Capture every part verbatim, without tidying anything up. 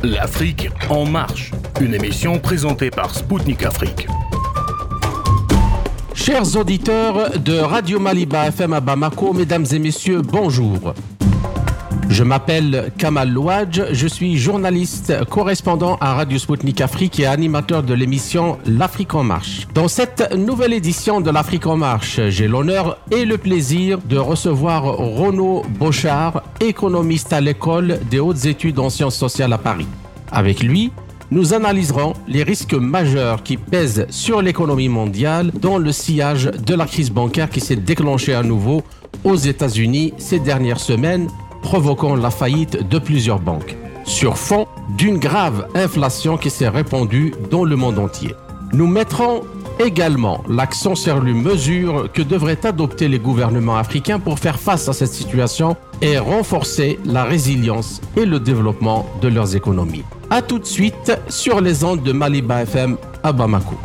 L'Afrique en marche, une émission présentée par Spoutnik Afrique. Chers auditeurs de Radio Maliba F M à Bamako, mesdames et messieurs, bonjour. Je m'appelle Kamal Louadj, je suis journaliste, correspondant à Radio Spoutnik Afrique et animateur de l'émission L'Afrique en marche. Dans cette nouvelle édition de L'Afrique en marche, j'ai l'honneur et le plaisir de recevoir Renaud Bochard, économiste à l'école des hautes études en sciences sociales à Paris. Avec lui, nous analyserons les risques majeurs qui pèsent sur l'économie mondiale dans le sillage de la crise bancaire qui s'est déclenchée à nouveau aux États-Unis ces dernières semaines, provoquant la faillite de plusieurs banques, sur fond d'une grave inflation qui s'est répandue dans le monde entier. Nous mettrons également l'accent sur les mesures que devraient adopter les gouvernements africains pour faire face à cette situation et renforcer la résilience et le développement de leurs économies. A tout de suite sur les ondes de Maliba F M à Bamako.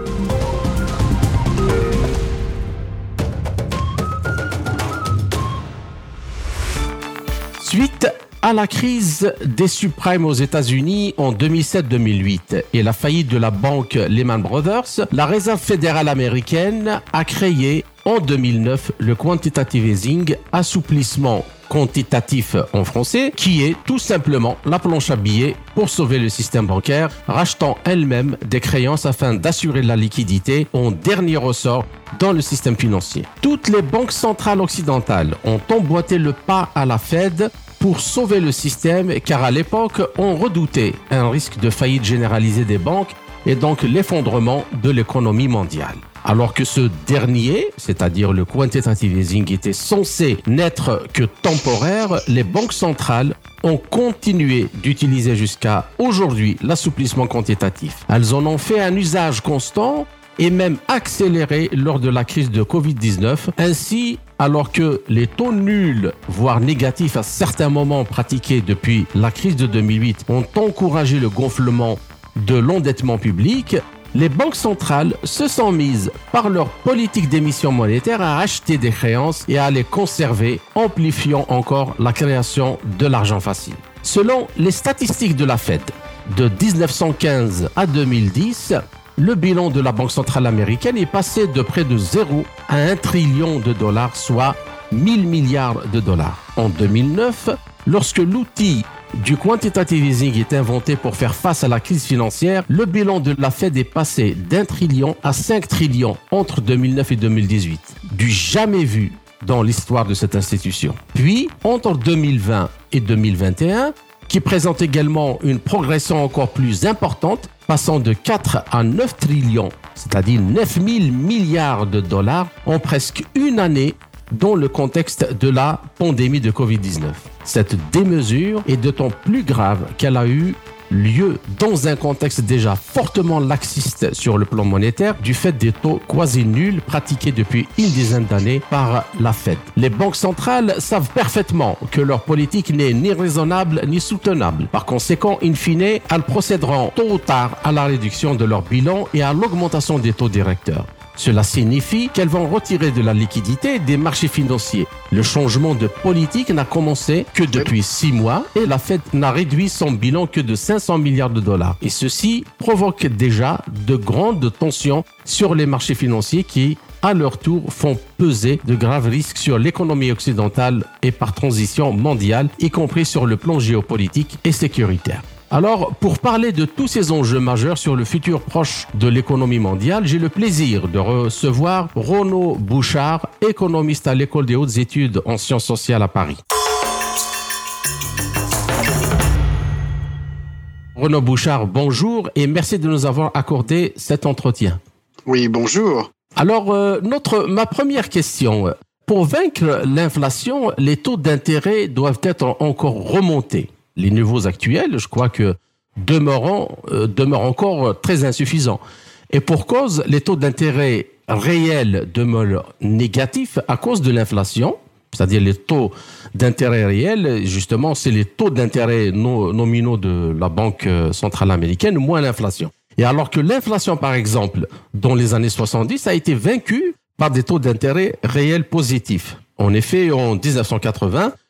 Suite à la crise des subprimes aux États-Unis en deux mille sept deux mille huit et la faillite de la banque Lehman Brothers, la Réserve fédérale américaine a créé en deux mille neuf le quantitative easing, assouplissement quantitatif en français, qui est tout simplement la planche à billets pour sauver le système bancaire, rachetant elle-même des créances afin d'assurer la liquidité en dernier ressort dans le système financier. Toutes les banques centrales occidentales ont emboîté le pas à la Fed pour sauver le système, car à l'époque, on redoutait un risque de faillite généralisée des banques et donc l'effondrement de l'économie mondiale. Alors que ce dernier, c'est-à-dire le quantitative easing, était censé n'être que temporaire, les banques centrales ont continué d'utiliser jusqu'à aujourd'hui l'assouplissement quantitatif. Elles en ont fait un usage constant et même accéléré lors de la crise de covid dix-neuf. Ainsi, alors que les taux nuls, voire négatifs à certains moments pratiqués depuis la crise de deux mille huit, ont encouragé le gonflement de l'endettement public, les banques centrales se sont mises par leur politique d'émission monétaire à acheter des créances et à les conserver, amplifiant encore la création de l'argent facile. Selon les statistiques de la Fed, de dix-neuf cent quinze à deux mille dix, le bilan de la Banque centrale américaine est passé de près de zéro à un trillion de dollars, soit mille milliards de dollars. En deux mille neuf, lorsque l'outil du quantitative easing est inventé pour faire face à la crise financière, le bilan de la Fed est passé d'un trillion à cinq trillions entre deux mille neuf et deux mille dix-huit. Du jamais vu dans l'histoire de cette institution. Puis, entre deux mille vingt et deux mille vingt et un, qui présente également une progression encore plus importante, passant de quatre à neuf trillions, c'est-à-dire neuf mille milliards de dollars en presque une année, dans le contexte de la pandémie de covid dix-neuf. Cette démesure est d'autant plus grave qu'elle a eu lieu dans un contexte déjà fortement laxiste sur le plan monétaire du fait des taux quasi nuls pratiqués depuis une dizaine d'années par la Fed. Les banques centrales savent parfaitement que leur politique n'est ni raisonnable ni soutenable. Par conséquent, in fine, elles procéderont tôt ou tard à la réduction de leur bilan et à l'augmentation des taux directeurs. Cela signifie qu'elles vont retirer de la liquidité des marchés financiers. Le changement de politique n'a commencé que depuis six mois et la Fed n'a réduit son bilan que de cinq cents milliards de dollars. Et ceci provoque déjà de grandes tensions sur les marchés financiers qui, à leur tour, font peser de graves risques sur l'économie occidentale et par transition mondiale, y compris sur le plan géopolitique et sécuritaire. Alors, pour parler de tous ces enjeux majeurs sur le futur proche de l'économie mondiale, j'ai le plaisir de recevoir Renaud Bochard, économiste à l'École des hautes études en sciences sociales à Paris. Renaud Bochard, bonjour et merci de nous avoir accordé cet entretien. Oui, bonjour. Alors, euh, notre, ma première question, pour vaincre l'inflation, les taux d'intérêt doivent être encore remontés. Les niveaux actuels, je crois que demeurent, euh, demeurent encore très insuffisants. Et pour cause, les taux d'intérêt réels demeurent négatifs à cause de l'inflation, c'est-à-dire les taux d'intérêt réels, justement, c'est les taux d'intérêt no- nominaux de la Banque centrale américaine, moins l'inflation. Et alors que l'inflation, par exemple, dans les années soixante-dix, a été vaincue par des taux d'intérêt réels positifs. En effet, en dix-neuf cent quatre-vingts,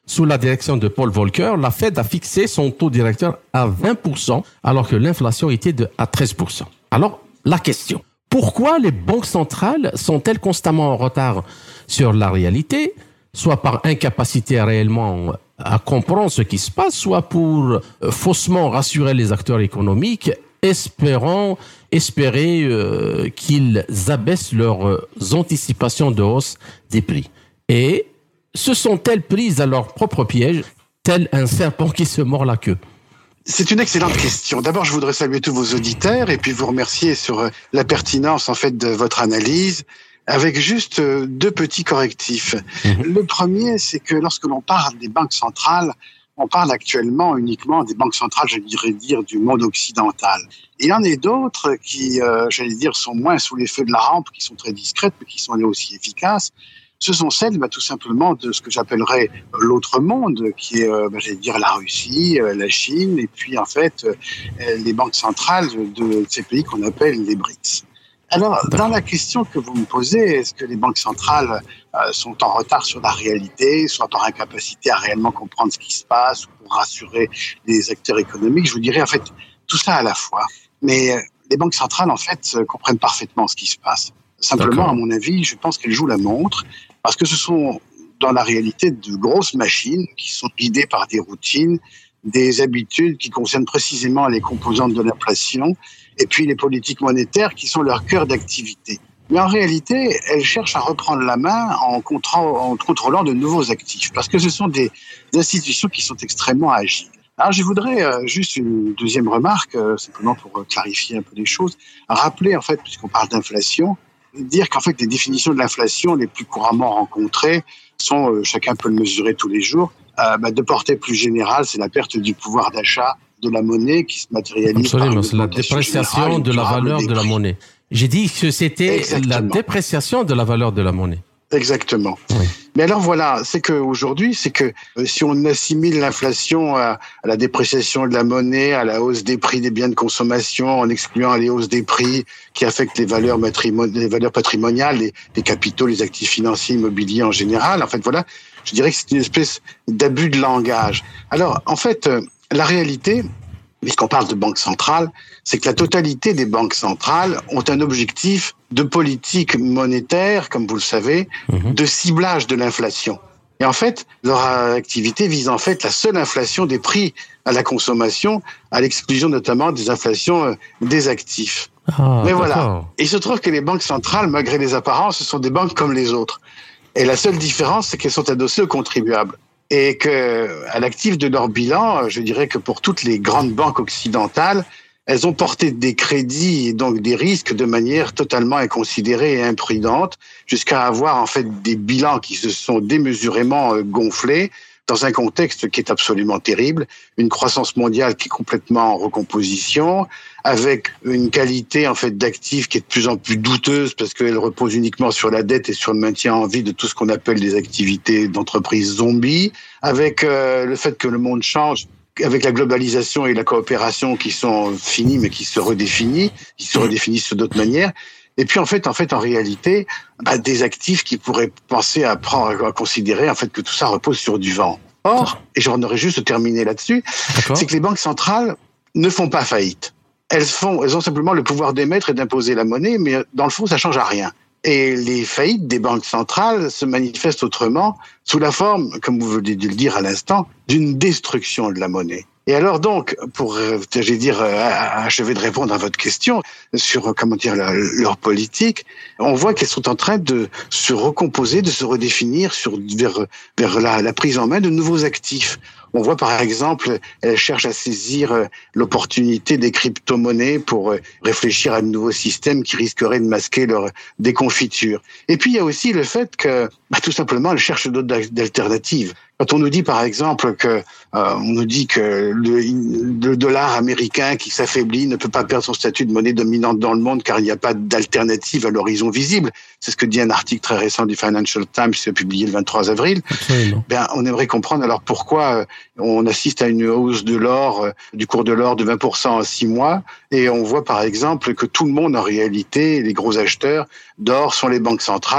sous la direction de Paul Volcker, la Fed a fixé son taux directeur à vingt pour cent alors que l'inflation était de à treize pour cent. Alors, la question, pourquoi les banques centrales sont-elles constamment en retard sur la réalité, soit par incapacité réellement à comprendre ce qui se passe, soit pour euh, faussement rassurer les acteurs économiques, espérant, espérer euh, qu'ils abaissent leurs euh, anticipations de hausse des prix. Et se sont-elles prises à leur propre piège, tel un serpent qui se mord la queue? C'est une excellente question. D'abord, je voudrais saluer tous vos auditeurs et puis vous remercier sur la pertinence en fait de votre analyse, avec juste deux petits correctifs. Mmh. Le premier, c'est que lorsque l'on parle des banques centrales, on parle actuellement uniquement des banques centrales, je dirais dire, du monde occidental. Il y en a d'autres qui, euh, j'allais dire, sont moins sous les feux de la rampe, qui sont très discrètes, mais qui sont aussi efficaces. Ce sont celles, bah, tout simplement, de ce que j'appellerais l'autre monde, qui est, euh, bah, j'allais dire, la Russie, euh, la Chine, et puis, en fait, euh, les banques centrales de ces pays qu'on appelle les BRICS. Alors, dans la question que vous me posez, est-ce que les banques centrales euh, sont en retard sur la réalité, soit par incapacité à réellement comprendre ce qui se passe, ou pour rassurer les acteurs économiques? Je vous dirais, en fait, tout ça à la fois. Mais euh, les banques centrales, en fait, euh, comprennent parfaitement ce qui se passe. Simplement, D'accord. à mon avis, je pense qu'elles jouent la montre, parce que ce sont, dans la réalité, de grosses machines qui sont guidées par des routines, des habitudes qui concernent précisément les composantes de l'inflation, et puis les politiques monétaires qui sont leur cœur d'activité. Mais en réalité, elles cherchent à reprendre la main en, contrôlant, en contrôlant de nouveaux actifs, parce que ce sont des institutions qui sont extrêmement agiles. Alors je voudrais euh, juste une deuxième remarque, euh, simplement pour euh, clarifier un peu les choses, rappeler en fait, puisqu'on parle d'inflation, dire qu'en fait les définitions de l'inflation les plus couramment rencontrées sont, euh, chacun peut le mesurer tous les jours, euh, bah, de portée plus générale, c'est la perte du pouvoir d'achat de la monnaie qui se matérialise. Absolument, c'est la dépréciation de la valeur de la monnaie. J'ai dit que c'était Exactement. la dépréciation de la valeur de la monnaie. Exactement. Oui. Mais alors voilà, c'est qu'aujourd'hui, c'est que euh, si on assimile l'inflation à, à la dépréciation de la monnaie, à la hausse des prix des biens de consommation, en excluant les hausses des prix qui affectent les valeurs, matrimon- les valeurs patrimoniales, les, les capitaux, les actifs financiers, immobiliers en général, en fait, voilà, je dirais que c'est une espèce d'abus de langage. Alors, en fait, euh, la réalité, puisqu'on parle de banque centrale, c'est que la totalité des banques centrales ont un objectif de politique monétaire, comme vous le savez, mmh. de ciblage de l'inflation. Et en fait, leur activité vise en fait la seule inflation des prix à la consommation, à l'exclusion notamment des inflations des actifs. Ah, Mais voilà. D'accord. Il se trouve que les banques centrales, malgré les apparences, ce sont des banques comme les autres. Et la seule différence, c'est qu'elles sont adossées aux contribuables. Et que, à l'actif de leur bilan, je dirais que pour toutes les grandes banques occidentales, elles ont porté des crédits et donc des risques de manière totalement inconsidérée et imprudente, jusqu'à avoir en fait des bilans qui se sont démesurément gonflés dans un contexte qui est absolument terrible, une croissance mondiale qui est complètement en recomposition, avec une qualité en fait d'actifs qui est de plus en plus douteuse parce qu'elle repose uniquement sur la dette et sur le maintien en vie de tout ce qu'on appelle des activités d'entreprise zombies, avec euh, le fait que le monde change, avec la globalisation et la coopération qui sont finies mais qui se redéfinissent, qui se redéfinissent de d'autres manières. Et puis en fait, en fait, en réalité, bah, des actifs qui pourraient penser à prendre, à considérer en fait que tout ça repose sur du vent. Or, et j'en aurais juste terminé là-dessus, D'accord. c'est que les banques centrales ne font pas faillite. Elles font, elles ont simplement le pouvoir d'émettre et d'imposer la monnaie, mais dans le fond, ça change à rien. Et les faillites des banques centrales se manifestent autrement sous la forme, comme vous venez de le dire à l'instant, d'une destruction de la monnaie. Et alors donc, pour, je vais dire, achever de répondre à votre question sur, comment dire, leur, leur politique, on voit qu'elles sont en train de se recomposer, de se redéfinir sur, vers, vers la, la prise en main de nouveaux actifs. On voit par exemple, elles cherchent à saisir l'opportunité des crypto-monnaies pour réfléchir à de nouveaux systèmes qui risqueraient de masquer leur déconfiture. Et puis il y a aussi le fait que, bah, tout simplement, elles cherchent d'autres alternatives. Quand on nous dit par exemple que euh, on nous dit que le, le dollar américain qui s'affaiblit ne peut pas perdre son statut de monnaie dominante dans le monde car il n'y a pas d'alternative à l'horizon visible, c'est ce que dit un article très récent du Financial Times publié le vingt-trois avril. Absolument. Ben on aimerait comprendre alors pourquoi on assiste à une hausse de l'or, du cours de l'or de vingt pour cent en six mois, et on voit par exemple que tout le monde en réalité, les gros acheteurs d'or sont les banques centrales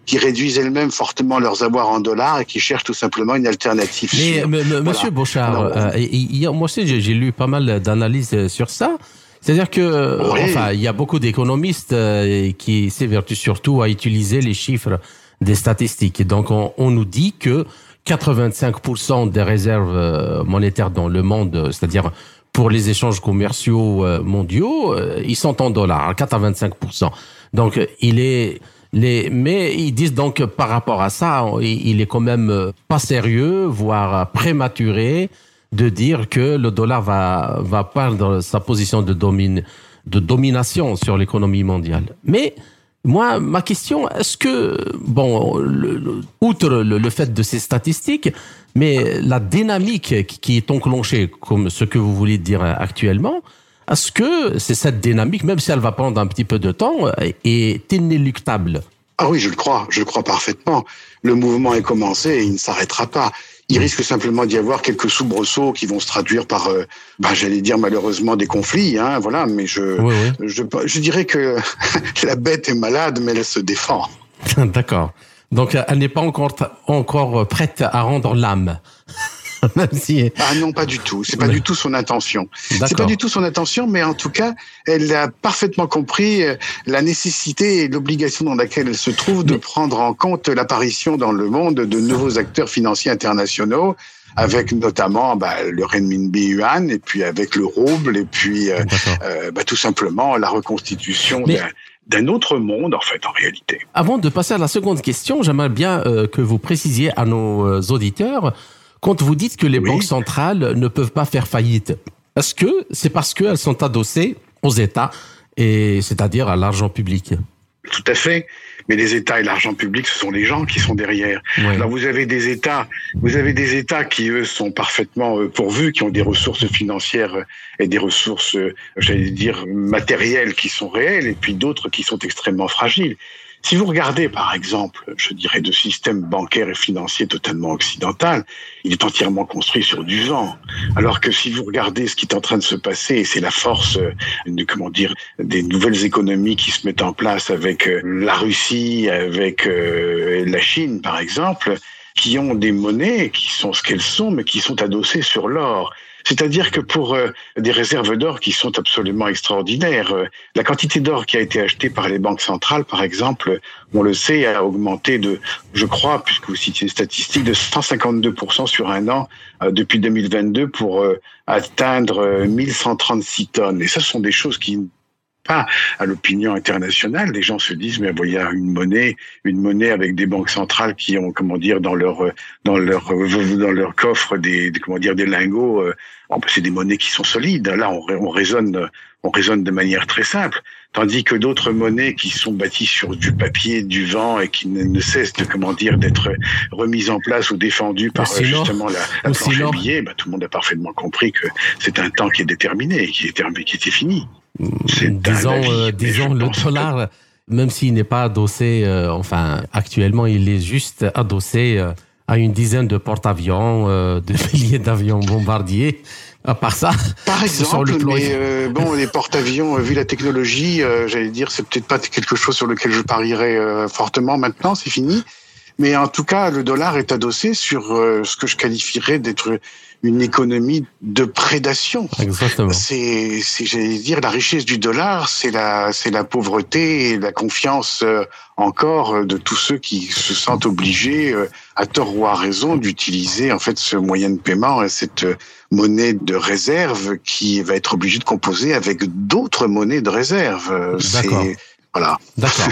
qui réduisent elles-mêmes fortement leurs avoirs en dollars et qui cherchent tout simplement une alternative. Mais, sûre. mais, mais Voilà. Monsieur Bochard, Alors, euh, il y a, moi aussi j'ai, j'ai lu pas mal d'analyses sur ça. C'est-à-dire que, oui. enfin, il y a beaucoup d'économistes euh, qui s'évertuent surtout à utiliser les chiffres des statistiques. Et donc, on, on nous dit que quatre-vingt-cinq pour cent des réserves monétaires dans le monde, c'est-à-dire pour les échanges commerciaux mondiaux, ils sont en dollars, quatre-vingt-cinq pour cent. Donc, il est les, mais ils disent donc par rapport à ça, il est quand même pas sérieux, voire prématuré, de dire que le dollar va va perdre sa position de domine, de domination sur l'économie mondiale. Mais moi, ma question, est-ce que, bon, le, le, outre le, le fait de ces statistiques, mais la dynamique qui est enclenchée, comme ce que vous voulez dire actuellement, est-ce que c'est cette dynamique, même si elle va prendre un petit peu de temps, est inéluctable? Ah oui, je le crois, je le crois parfaitement. Le mouvement est commencé et il ne s'arrêtera pas. Il risque simplement d'y avoir quelques soubresauts qui vont se traduire par, euh, bah, j'allais dire malheureusement des conflits, hein, voilà. Mais je, oui, oui. je, je dirais que la bête est malade, mais elle se défend. D'accord. Donc elle n'est pas encore encore prête à rendre l'âme. Même si... Ah non, pas du tout. C'est pas Mais... du tout son intention. D'accord. C'est pas du tout son intention, mais en tout cas, elle a parfaitement compris la nécessité et l'obligation dans laquelle elle se trouve de mais... prendre en compte l'apparition dans le monde de nouveaux acteurs financiers internationaux, avec notamment bah, le renminbi yuan, et puis avec le rouble, et puis euh, euh, bah, tout simplement la reconstitution mais... d'un d'un autre monde, en fait, en réalité. Avant de passer à la seconde question, j'aimerais bien euh, que vous précisiez à nos euh, auditeurs, quand vous dites que les oui. banques centrales ne peuvent pas faire faillite, est-ce que c'est parce qu'elles sont adossées aux États, et c'est-à-dire à l'argent public? Tout à fait. Mais les États et l'argent public, ce sont les gens qui sont derrière. Oui. Alors vous avez des États, vous avez des États qui eux sont parfaitement pourvus, qui ont des ressources financières et des ressources, j'allais dire matérielles qui sont réelles, et puis d'autres qui sont extrêmement fragiles. Si vous regardez, par exemple, je dirais, de système bancaire et financier totalement occidental, il est entièrement construit sur du vent. Alors que si vous regardez ce qui est en train de se passer, et c'est la force de, comment dire, des nouvelles économies qui se mettent en place avec la Russie, avec la Chine, par exemple, qui ont des monnaies qui sont ce qu'elles sont, mais qui sont adossées sur l'or. C'est-à-dire que pour euh, des réserves d'or qui sont absolument extraordinaires, euh, la quantité d'or qui a été achetée par les banques centrales, par exemple, on le sait, a augmenté de, je crois, puisque vous citez les statistiques, de cent cinquante-deux pour cent sur un an euh, depuis deux mille vingt-deux pour euh, atteindre euh, mille cent trente-six tonnes. Et ça, ce sont des choses qui pas à l'opinion internationale. Les gens se disent, mais il y a une monnaie, une monnaie avec des banques centrales qui ont, comment dire, dans leur, dans leur, dans leur coffre des, des comment dire, des lingots. Euh, c'est des monnaies qui sont solides. Là, on, on raisonne, on raisonne de manière très simple. Tandis que d'autres monnaies qui sont bâties sur du papier, du vent et qui ne, ne cessent de, comment dire, d'être remises en place ou défendues par sinon, justement la, la planche à billets, bah, tout le monde a parfaitement compris que c'est un temps qui est déterminé, qui était, qui était fini. Disons, euh, disons le dollar, que... même s'il n'est pas adossé, euh, enfin, actuellement, il est juste adossé euh, à une dizaine de porte-avions, euh, de milliers d'avions bombardiers. À part ça, par exemple, le mais euh, bon, les porte-avions, euh, vu la technologie, euh, j'allais dire, c'est peut-être pas quelque chose sur lequel je parierais euh, fortement maintenant, c'est fini. Mais en tout cas, le dollar est adossé sur euh, ce que je qualifierais d'être une économie de prédation. Exactement. C'est, c'est, j'allais dire, la richesse du dollar, c'est la, c'est la pauvreté et la confiance euh, encore de tous ceux qui se sentent obligés, euh, à tort ou à raison, d'utiliser en fait ce moyen de paiement et cette monnaie de réserve qui va être obligée de composer avec d'autres monnaies de réserve. D'accord. C'est, voilà. D'accord.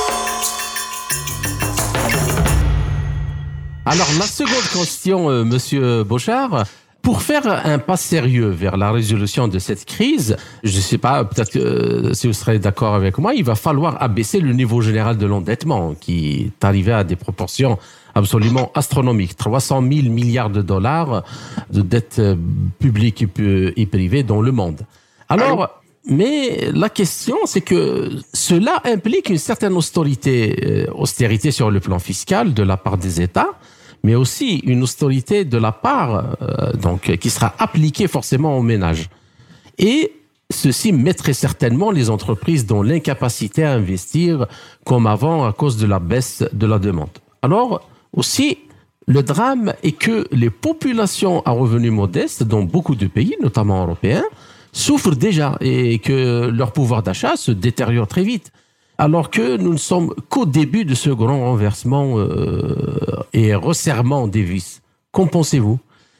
Alors, la seconde question, euh, Monsieur Bochard, pour faire un pas sérieux vers la résolution de cette crise, je ne sais pas, peut-être que euh, si vous serez d'accord avec moi, il va falloir abaisser le niveau général de l'endettement, qui est arrivé à des proportions absolument astronomiques. trois cent mille milliards de dollars de dettes publiques et privées dans le monde. Alors, Allô mais la question, c'est que cela implique une certaine austérité, euh, austérité sur le plan fiscal de la part des États, mais aussi une austérité de la part, euh, donc, qui sera appliquée forcément aux ménages. Et ceci mettrait certainement les entreprises dans l'incapacité à investir comme avant à cause de la baisse de la demande. Alors, aussi, le drame est que les populations à revenus modestes dans beaucoup de pays, notamment européens, souffrent déjà et que leur pouvoir d'achat se détériore très vite. Alors que nous ne sommes qu'au début de ce grand renversement euh, et resserrement des vis. Qu'en pensez-vous ?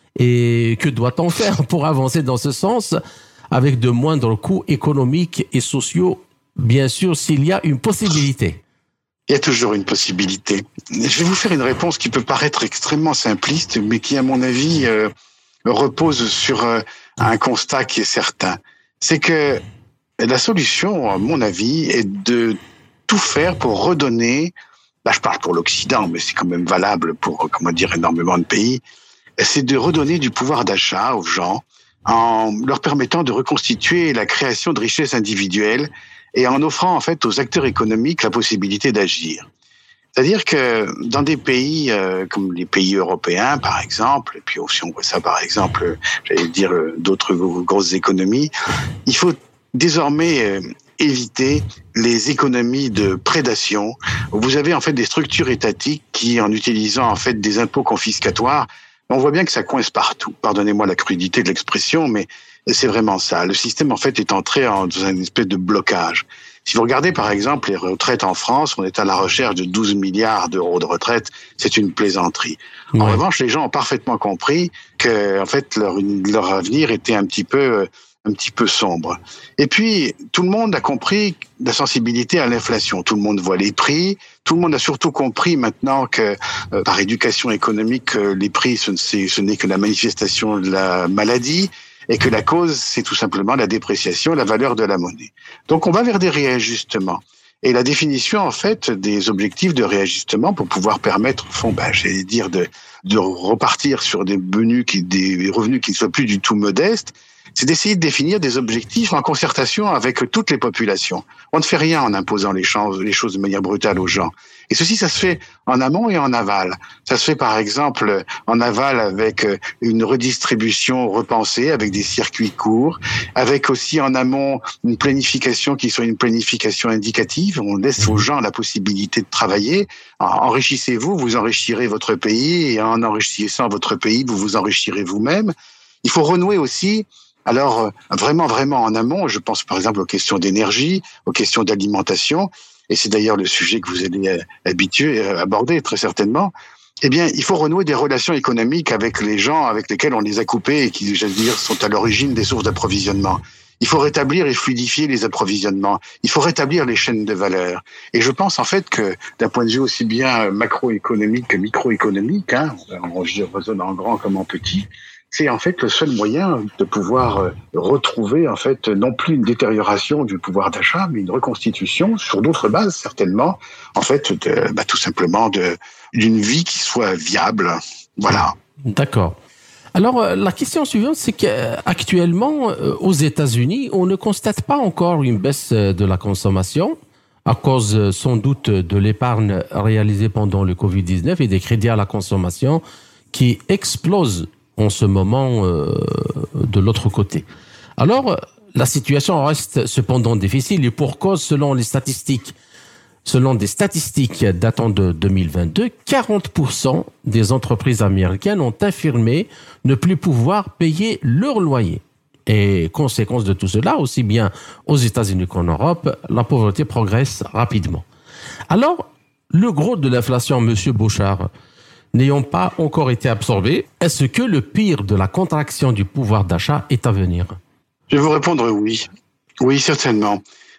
Et que doit-on faire pour avancer dans ce sens avec de moindres coûts économiques et sociaux, bien sûr, s'il y a une possibilité ? Il y a toujours une possibilité. Je vais vous faire une réponse qui peut paraître extrêmement simpliste, mais qui, à mon avis, euh, repose sur euh, un constat qui est certain. C'est que la solution, à mon avis, est de tout faire pour redonner, là je parle pour l'Occident, mais c'est quand même valable pour, comment dire, énormément de pays, c'est de redonner du pouvoir d'achat aux gens en leur permettant de reconstituer la création de richesses individuelles et en offrant en fait aux acteurs économiques la possibilité d'agir. C'est-à-dire que dans des pays euh, comme les pays européens, par exemple, et puis aussi on voit ça par exemple, j'allais dire d'autres grosses économies, il faut désormais euh, éviter les économies de prédation. Vous avez en fait des structures étatiques qui, en utilisant en fait des impôts confiscatoires, on voit bien que ça coince partout. Pardonnez-moi la crudité de l'expression, mais c'est vraiment ça. Le système, en fait, est entré en, dans une espèce de blocage. Si vous regardez, par exemple, les retraites en France, on est à la recherche de douze milliards d'euros de retraite. C'est une plaisanterie. Ouais. En revanche, les gens ont parfaitement compris que, en fait, leur, leur avenir était un petit peu, un petit peu sombre. Et puis, tout le monde a compris la sensibilité à l'inflation. Tout le monde voit les prix. Tout le monde a surtout compris maintenant que, euh, par éducation économique, euh, les prix, ce, ce n'est que la manifestation de la maladie. Et que la cause, c'est tout simplement la dépréciation, la valeur de la monnaie. Donc, on va vers des réajustements. Et la définition, en fait, des objectifs de réajustement pour pouvoir permettre, au fond, ben, j'allais dire, de, de repartir sur des revenus qui, des revenus qui ne soient plus du tout modestes, c'est d'essayer de définir des objectifs en concertation avec toutes les populations. On ne fait rien en imposant les choses, les choses de manière brutale aux gens. Et ceci, ça se fait en amont et en aval. Ça se fait par exemple en aval avec une redistribution repensée, avec des circuits courts, avec aussi en amont une planification qui soit une planification indicative. On laisse aux gens la possibilité de travailler. Enrichissez-vous, vous enrichirez votre pays, et en enrichissant votre pays, vous vous enrichirez vous-même. Il faut renouer aussi. Alors, vraiment, vraiment en amont, je pense par exemple aux questions d'énergie, aux questions d'alimentation, et c'est d'ailleurs le sujet que vous allez habituer, aborder très certainement. Eh bien, il faut renouer des relations économiques avec les gens avec lesquels on les a coupés et qui, j'allais dire, sont à l'origine des sources d'approvisionnement. Il faut rétablir et fluidifier les approvisionnements. Il faut rétablir les chaînes de valeur. Et je pense en fait que, d'un point de vue aussi bien macroéconomique que microéconomique, hein, je raisonne en grand comme en petit, c'est en fait le seul moyen de pouvoir retrouver en fait non plus une détérioration du pouvoir d'achat, mais une reconstitution sur d'autres bases certainement, en fait, de, bah, tout simplement de d'une vie qui soit viable. Voilà. D'accord. Alors la question suivante, c'est qu'actuellement aux États-Unis, on ne constate pas encore une baisse de la consommation à cause sans doute de l'épargne réalisée pendant le covid dix-neuf et des crédits à la consommation qui explosent en ce moment euh, de l'autre côté. Alors, la situation reste cependant difficile et pour cause, selon les statistiques, selon des statistiques datant de deux mille vingt-deux, quarante pour cent des entreprises américaines ont affirmé ne plus pouvoir payer leur loyer. Et conséquence de tout cela, aussi bien aux États-Unis qu'en Europe, la pauvreté progresse rapidement. Alors, le gros de l'inflation, Monsieur Bouchard, n'ayant pas encore été absorbés, est-ce que le pire de la contraction du pouvoir d'achat est à venir ? Je vais vous répondre oui. Oui, certainement.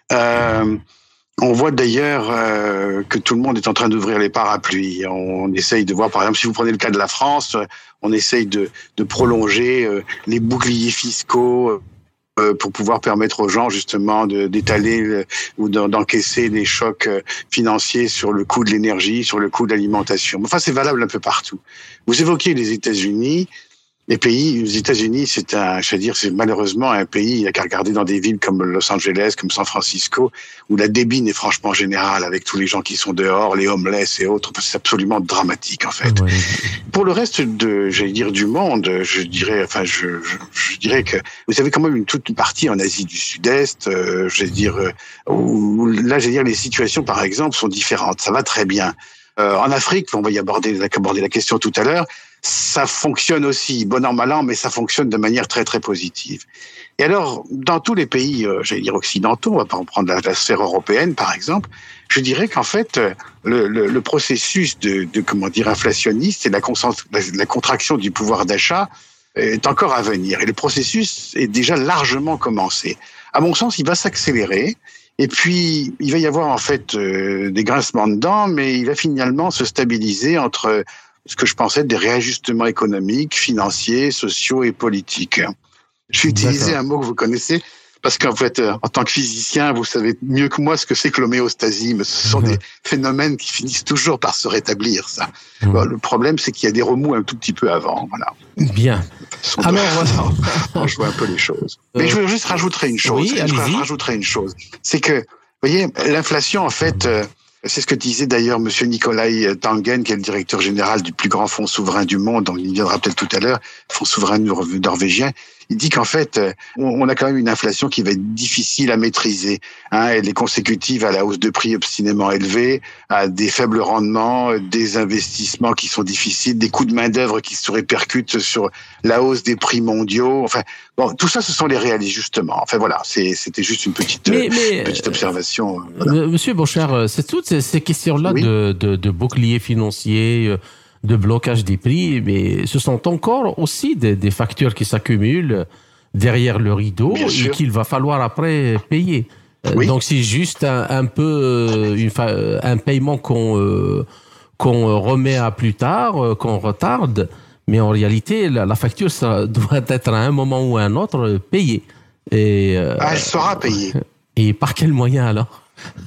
Euh, on voit d'ailleurs euh, que tout le monde est en train d'ouvrir les parapluies. On essaye de voir, par exemple, si vous prenez le cas de la France, on essaye de, de prolonger euh, les boucliers fiscaux euh, pour pouvoir permettre aux gens justement de, d'étaler le, ou d'encaisser les chocs financiers sur le coût de l'énergie, sur le coût de l'alimentation. Enfin, c'est valable un peu partout. Vous évoquez les États-Unis. Les pays, les États-Unis, c'est un, je veux dire, c'est malheureusement un pays, il n'y a qu'à regarder dans des villes comme Los Angeles, comme San Francisco, où la débine est franchement générale, avec tous les gens qui sont dehors, les homeless et autres. C'est absolument dramatique, en fait. Ouais. Pour le reste de, j'allais dire, du monde, je dirais, enfin, je, je, je dirais que vous avez quand même une toute une partie en Asie du Sud-Est, euh, j'allais dire, où, là, j'allais dire, les situations, par exemple, sont différentes. Ça va très bien. Euh, en Afrique, on va y aborder, aborder la question tout à l'heure, ça fonctionne aussi, bon an, mal an, mais ça fonctionne de manière très, très positive. Et alors, dans tous les pays, euh, j'allais dire occidentaux, on va pas en prendre la, la sphère européenne, par exemple, je dirais qu'en fait, le, le, le processus de, de, comment dire, inflationniste et la, la, la contraction du pouvoir d'achat est encore à venir. Et le processus est déjà largement commencé. À mon sens, il va s'accélérer. Et puis, il va y avoir en fait euh, des grincements de dents, mais il va finalement se stabiliser entre ce que je pensais être des réajustements économiques, financiers, sociaux et politiques. Je vais utiliser un mot que vous connaissez, parce qu'en fait, euh, en tant que physicien, vous savez mieux que moi ce que c'est que l'homéostasie, mais ce sont mmh. des phénomènes qui finissent toujours par se rétablir, ça. Mmh. Bon, le problème, c'est qu'il y a des remous un tout petit peu avant, voilà. Bien. Alors, voilà. Je vois un peu les choses. Mais euh, je veux juste rajouter une chose. Oui, je rajouterai une chose. C'est que, vous voyez, l'inflation, en fait, euh, c'est ce que disait d'ailleurs Monsieur Nicolai Tangen, qui est le directeur général du plus grand fonds souverain du monde, dont il viendra peut-être tout à l'heure, fonds souverain norvégien. Il dit qu'en fait, on a quand même une inflation qui va être difficile à maîtriser. Hein, elle est consécutive à la hausse de prix obstinément élevée, à des faibles rendements, des investissements qui sont difficiles, des coûts de main-d'œuvre qui se répercutent sur la hausse des prix mondiaux. Enfin, bon, tout ça, ce sont les réalités, justement. Enfin, voilà, c'est, c'était juste une petite, mais, mais, petite observation. Voilà. Monsieur Beauchère, c'est toutes ces, ces questions-là oui. de, de, de bouclier financier, de blocage des prix, mais ce sont encore aussi des, des factures qui s'accumulent derrière le rideau et qu'il va falloir après payer. Oui. Donc c'est juste un, un peu une, un paiement qu'on, euh, qu'on remet à plus tard, qu'on retarde, mais en réalité la, la facture ça doit être à un moment ou à un autre payée. Et, euh, ah, elle sera payée. Et par quel moyen alors?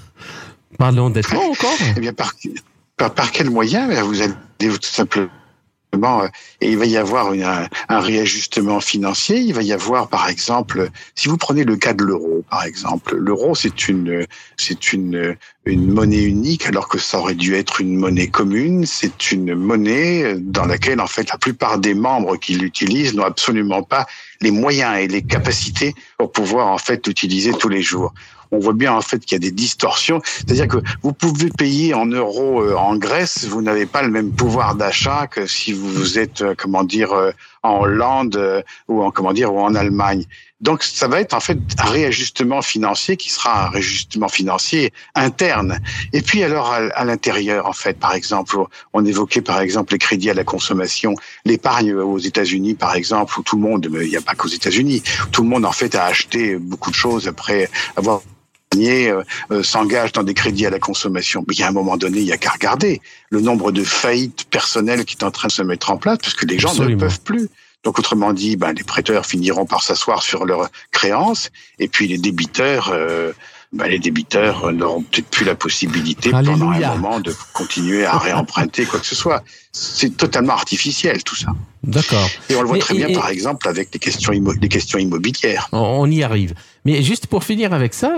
Parlons d'endettement encore? Eh bien par Par, par quel moyen? Vous allez tout simplement, euh, et il va y avoir une, un, un réajustement financier. Il va y avoir, par exemple, si vous prenez le cas de l'euro, par exemple, l'euro c'est une c'est une une monnaie unique alors que ça aurait dû être une monnaie commune. C'est une monnaie dans laquelle en fait la plupart des membres qui l'utilisent n'ont absolument pas les moyens et les capacités pour pouvoir en fait l'utiliser tous les jours. On voit bien en fait qu'il y a des distorsions. C'est-à-dire que vous pouvez payer en euros euh, en Grèce, vous n'avez pas le même pouvoir d'achat que si vous êtes, euh, comment dire, euh, en Hollande euh, ou en comment dire ou en Allemagne. Donc ça va être en fait un réajustement financier qui sera un réajustement financier interne. Et puis alors à, à l'intérieur en fait, par exemple, on évoquait par exemple les crédits à la consommation, l'épargne aux États-Unis par exemple, où tout le monde, mais il n'y a pas qu'aux États-Unis, tout le monde en fait a acheté beaucoup de choses après avoir Euh, euh, s'engage dans des crédits à la consommation. Mais il y a un moment donné, il y a qu'à regarder le nombre de faillites personnelles qui est en train de se mettre en place, parce que les gens Absolument. ne peuvent plus. Donc, autrement dit, ben, les prêteurs finiront par s'asseoir sur leurs créances, et puis les débiteurs, euh, ben, les débiteurs n'auront peut-être plus la possibilité Alléluia. pendant un moment de continuer à réemprunter quoi que ce soit. C'est totalement artificiel, tout ça. D'accord. Et on le voit Mais, très bien, et, par exemple, avec les questions, immo- les questions immobilières. On y arrive. Mais juste pour finir avec ça,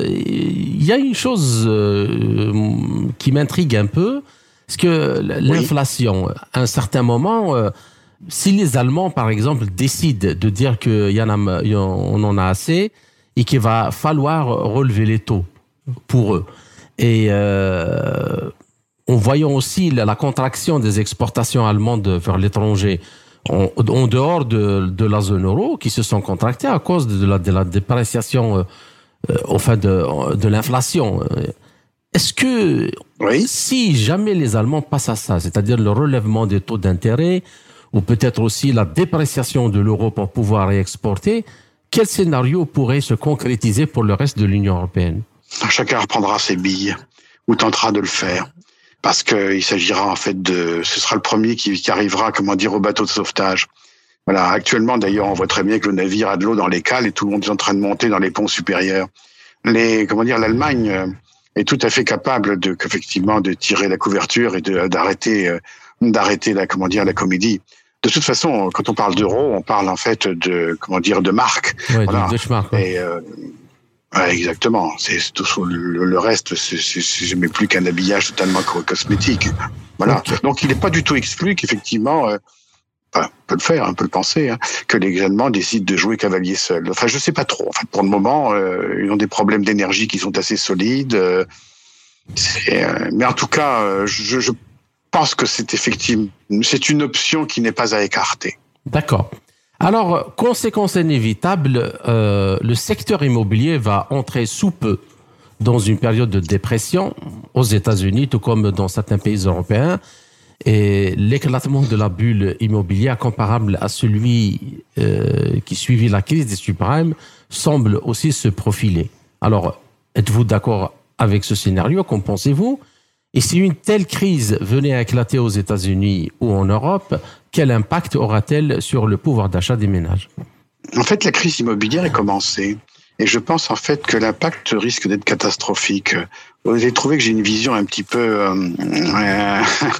il euh, y a une chose euh, qui m'intrigue un peu, c'est que l'inflation, oui. à un certain moment, euh, si les Allemands, par exemple, décident de dire qu'il y en a, on en a assez et qu'il va falloir relever les taux pour eux, et euh, en voyant aussi la, la contraction des exportations allemandes vers l'étranger, En, en dehors de, de la zone euro, qui se sont contractées à cause de la, de la dépréciation, euh, euh, enfin de, de l'inflation. Est-ce que, oui. si jamais les Allemands passent à ça, c'est-à-dire le relèvement des taux d'intérêt, ou peut-être aussi la dépréciation de l'euro pour pouvoir réexporter, quel scénario pourrait se concrétiser pour le reste de l'Union européenne? Chacun reprendra ses billes, ou tentera de le faire. Parce qu'il s'agira en fait de, ce sera le premier qui, qui arrivera, comment dire, au bateau de sauvetage. Voilà. Actuellement, d'ailleurs, on voit très bien que le navire a de l'eau dans les cales et tout le monde est en train de monter dans les ponts supérieurs. Les, comment dire, l'Allemagne est tout à fait capable de, effectivement, de tirer la couverture et de, d'arrêter, d'arrêter la, comment dire, la comédie. de toute façon, quand on parle d'euro, on parle en fait de, comment dire, de marque. Oui, voilà. de Deutschmark. Ouais. Et, euh, ouais, exactement. C'est, c'est tout, le, le reste, c'est, c'est, c'est jamais plus qu'un habillage totalement cosmétique. Voilà. Okay. Donc, il n'est pas du tout exclu qu'effectivement, euh, enfin, on peut le faire, on peut le penser, hein, que les Allemands décident de jouer cavalier seul. Enfin, je sais pas trop. En fait, pour le moment, euh, ils ont des problèmes d'énergie qui sont assez solides. Euh, c'est, euh, mais en tout cas, euh, je, je Je pense que c'est effectivement, c'est une option qui n'est pas à écarter. D'accord. Alors, conséquence inévitable, euh, le secteur immobilier va entrer sous peu dans une période de dépression aux États-Unis, tout comme dans certains pays européens. Et l'éclatement de la bulle immobilière comparable à celui euh, qui suivit la crise des subprimes semble aussi se profiler. Alors, êtes-vous d'accord avec ce scénario? Qu'en pensez-vous? Et si une telle crise venait à éclater aux États-Unis ou en Europe, quel impact aura-t-elle sur le pouvoir d'achat des ménages? En fait, la crise immobilière est commencée. Et je pense en fait que l'impact risque d'être catastrophique. Vous avez trouvé que j'ai une vision un petit peu, euh, euh,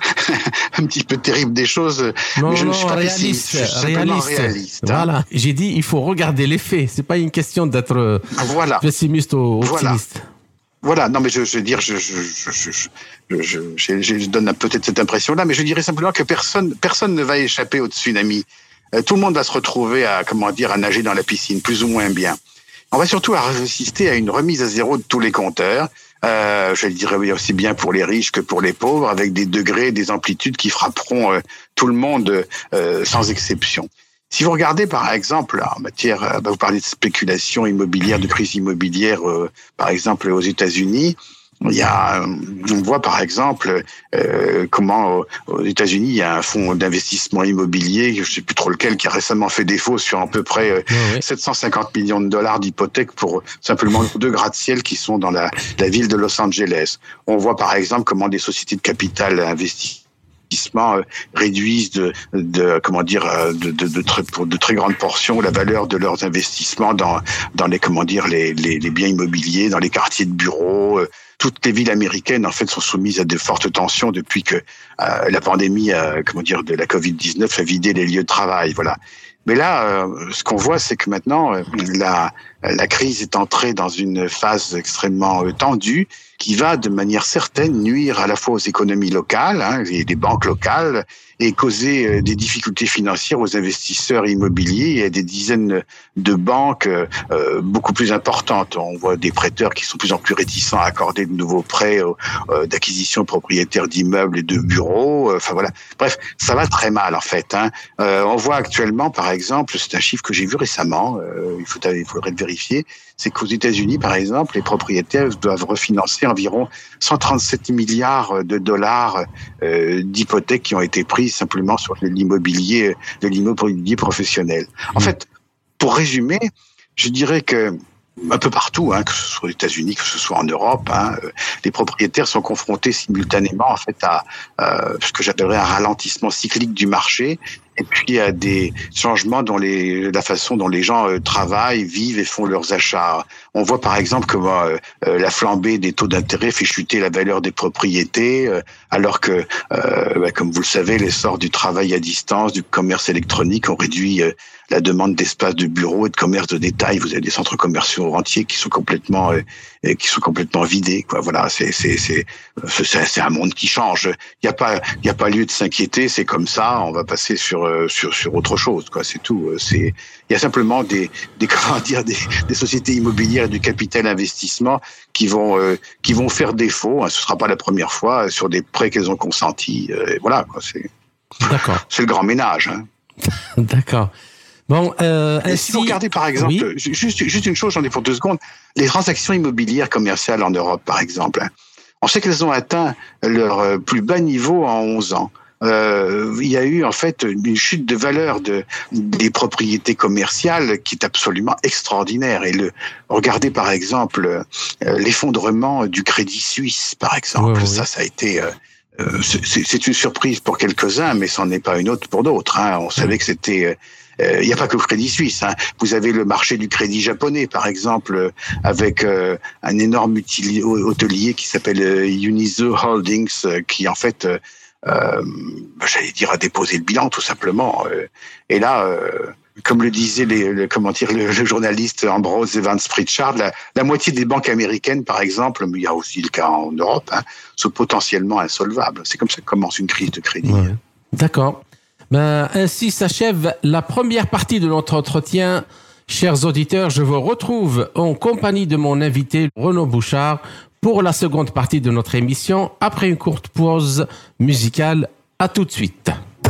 un petit peu terrible des choses. Non, mais je non, ne suis pas réaliste, pessimiste, réaliste. réaliste. Voilà. Hein. J'ai dit, il faut regarder les faits. C'est pas une question d'être voilà. pessimiste ou optimiste. Voilà. Voilà, non mais je, je veux dire, je, je, je, je, je, je, je, je donne peut-être cette impression-là, mais je dirais simplement que personne, personne ne va échapper au tsunami. Euh, tout le monde va se retrouver à, comment dire, à nager dans la piscine, plus ou moins bien. On va surtout assister à une remise à zéro de tous les compteurs. Euh, je dirais aussi bien pour les riches que pour les pauvres, avec des degrés, des amplitudes qui frapperont euh, tout le monde euh, sans exception. Si vous regardez, par exemple, en matière, bah vous parlez de spéculation immobilière, de crise immobilière, euh, par exemple, aux États-Unis, il y a, on voit par exemple euh, comment aux États-Unis il y a un fonds d'investissement immobilier, je ne sais plus trop lequel, qui a récemment fait défaut sur à peu près euh, oui, oui. sept cent cinquante millions de dollars d'hypothèques pour simplement deux gratte-ciel qui sont dans la, la ville de Los Angeles. On voit par exemple comment des sociétés de capital investissent réduisent de, de comment dire de, de, de, très, pour de très grandes portions la valeur de leurs investissements dans dans les comment dire les, les, les biens immobiliers, dans les quartiers de bureaux. Toutes les villes américaines en fait sont soumises à de fortes tensions depuis que euh, la pandémie euh, comment dire de la covid dix-neuf a vidé les lieux de travail. Voilà. Mais là, euh, ce qu'on voit, c'est que maintenant, euh, la, la crise est entrée dans une phase extrêmement euh, tendue qui va de manière certaine nuire à la fois aux économies locales, hein, et des banques locales, et causer euh, des difficultés financières aux investisseurs immobiliers et à des dizaines de banques euh, beaucoup plus importantes. On voit des prêteurs qui sont de plus en plus réticents à accorder de nouveaux prêts euh, d'acquisition propriétaire d'immeubles et de bureaux. Enfin voilà. Bref, ça va très mal en fait. Hein. Euh, on voit actuellement, par exemple, c'est un chiffre que j'ai vu récemment, euh, il, faut, il faudrait le vérifier, c'est qu'aux États-Unis, par exemple, les propriétaires doivent refinancer environ cent trente-sept milliards de dollars euh, d'hypothèques qui ont été prises simplement sur l'immobilier, de l'immobilier professionnel. En fait, pour résumer, je dirais que un peu partout, hein, que ce soit aux États-Unis, que ce soit en Europe, hein, les propriétaires sont confrontés simultanément en fait à euh, ce que j'appellerais un ralentissement cyclique du marché, et puis à des changements dans les, la façon dont les gens euh, travaillent, vivent et font leurs achats. On voit par exemple comment euh, la flambée des taux d'intérêt fait chuter la valeur des propriétés, euh, alors que, euh, bah, comme vous le savez, l'essor du travail à distance, du commerce électronique ont réduit euh, la demande d'espace de bureau et de commerce de détail. Vous avez des centres commerciaux entiers qui sont complètement euh, qui sont complètement vidés. Quoi. Voilà, c'est c'est c'est c'est, c'est un monde qui change. Il y a pas il y a pas lieu de s'inquiéter. C'est comme ça. On va passer sur sur sur autre chose. Quoi. C'est tout. C'est il y a simplement des des comment dire des, des sociétés immobilières et du capital investissement qui vont euh, qui vont faire défaut. Hein, ce sera pas la première fois sur des prêts qu'elles ont consentis. Euh, voilà. Quoi. C'est D'accord. C'est le grand ménage. Hein. D'accord. Bon, euh, ainsi... si vous regardez par exemple, oui. juste, juste une chose, j'en ai pour deux secondes, les transactions immobilières commerciales en Europe, par exemple, hein, on sait qu'elles ont atteint leur plus bas niveau en onze ans. Euh, il y a eu en fait une chute de valeur de, des propriétés commerciales qui est absolument extraordinaire. Et le, regardez par exemple euh, l'effondrement du Crédit Suisse, par exemple. Oui, oui. Ça, ça a été... Euh, euh, c'est, c'est une surprise pour quelques-uns, mais c'en est pas une autre pour d'autres. Hein. On savait que c'était... Euh, Il euh, n'y a pas que le Crédit Suisse. Hein. Vous avez le marché du crédit japonais, par exemple, euh, avec euh, un énorme hôtelier qui s'appelle euh, Unizo Holdings, euh, qui en fait euh, euh, j'allais dire, à déposer le bilan, tout simplement. Et là, euh, comme le disait les, le, comment dire, le, le journaliste Ambrose Evans Pritchard, la, la moitié des banques américaines, par exemple, mais il y a aussi le cas en Europe, hein, sont potentiellement insolvables. C'est comme ça que commence une crise de crédit. Ouais. D'accord. Ben, ainsi s'achève la première partie de notre entretien. Chers auditeurs, je vous retrouve en compagnie de mon invité Renaud Bouchard pour la seconde partie de notre émission après une courte pause musicale. À tout de suite.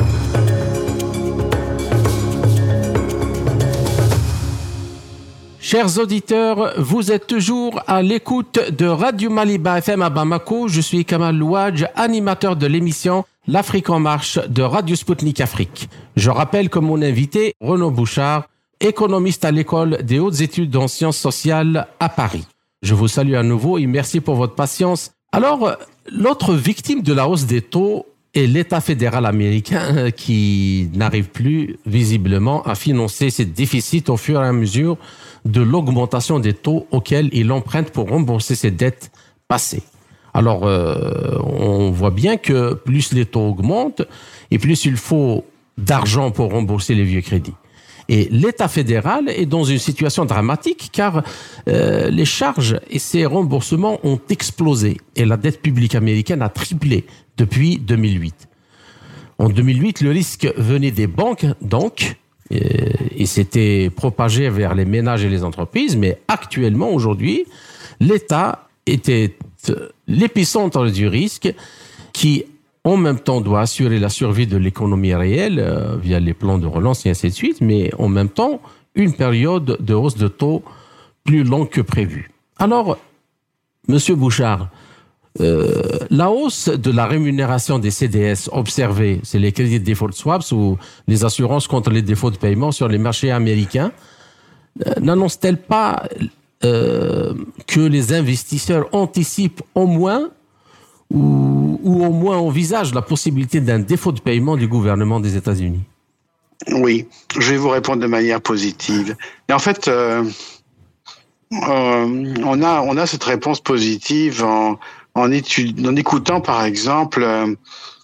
Chers auditeurs, vous êtes toujours à l'écoute de Radio Maliba F M à Bamako. Je suis Kamal Louadj, animateur de l'émission L'Afrique en marche de Radio Sputnik Afrique. Je rappelle que mon invité, Renaud Bouchard, économiste à l'école des hautes études en sciences sociales à Paris. Je vous salue à nouveau et merci pour votre patience. Alors, l'autre victime de la hausse des taux est l'État fédéral américain qui n'arrive plus visiblement à financer ses déficits au fur et à mesure de l'augmentation des taux auxquels il emprunte pour rembourser ses dettes passées. Alors, euh, on voit bien que plus les taux augmentent et plus il faut d'argent pour rembourser les vieux crédits. Et l'État fédéral est dans une situation dramatique car euh, les charges et ses remboursements ont explosé et la dette publique américaine a triplé depuis deux mille huit. En deux mille huit, le risque venait des banques, donc, et s'était propagé vers les ménages et les entreprises, mais actuellement, aujourd'hui, l'État était l'épicentre du risque qui, en même temps, doit assurer la survie de l'économie réelle euh, via les plans de relance et ainsi de suite, mais en même temps, une période de hausse de taux plus longue que prévu. Alors, Monsieur Bouchard, euh, la hausse de la rémunération des C D S observée, c'est les crédits de default swaps ou les assurances contre les défauts de paiement sur les marchés américains, euh, n'annonce-t-elle pas euh, que les investisseurs anticipent au moins ou, ou au moins envisagent la possibilité d'un défaut de paiement du gouvernement des États-Unis? Oui, je vais vous répondre de manière positive. Et en fait, euh, euh, on a on a cette réponse positive en En, étude, en écoutant, par exemple, euh,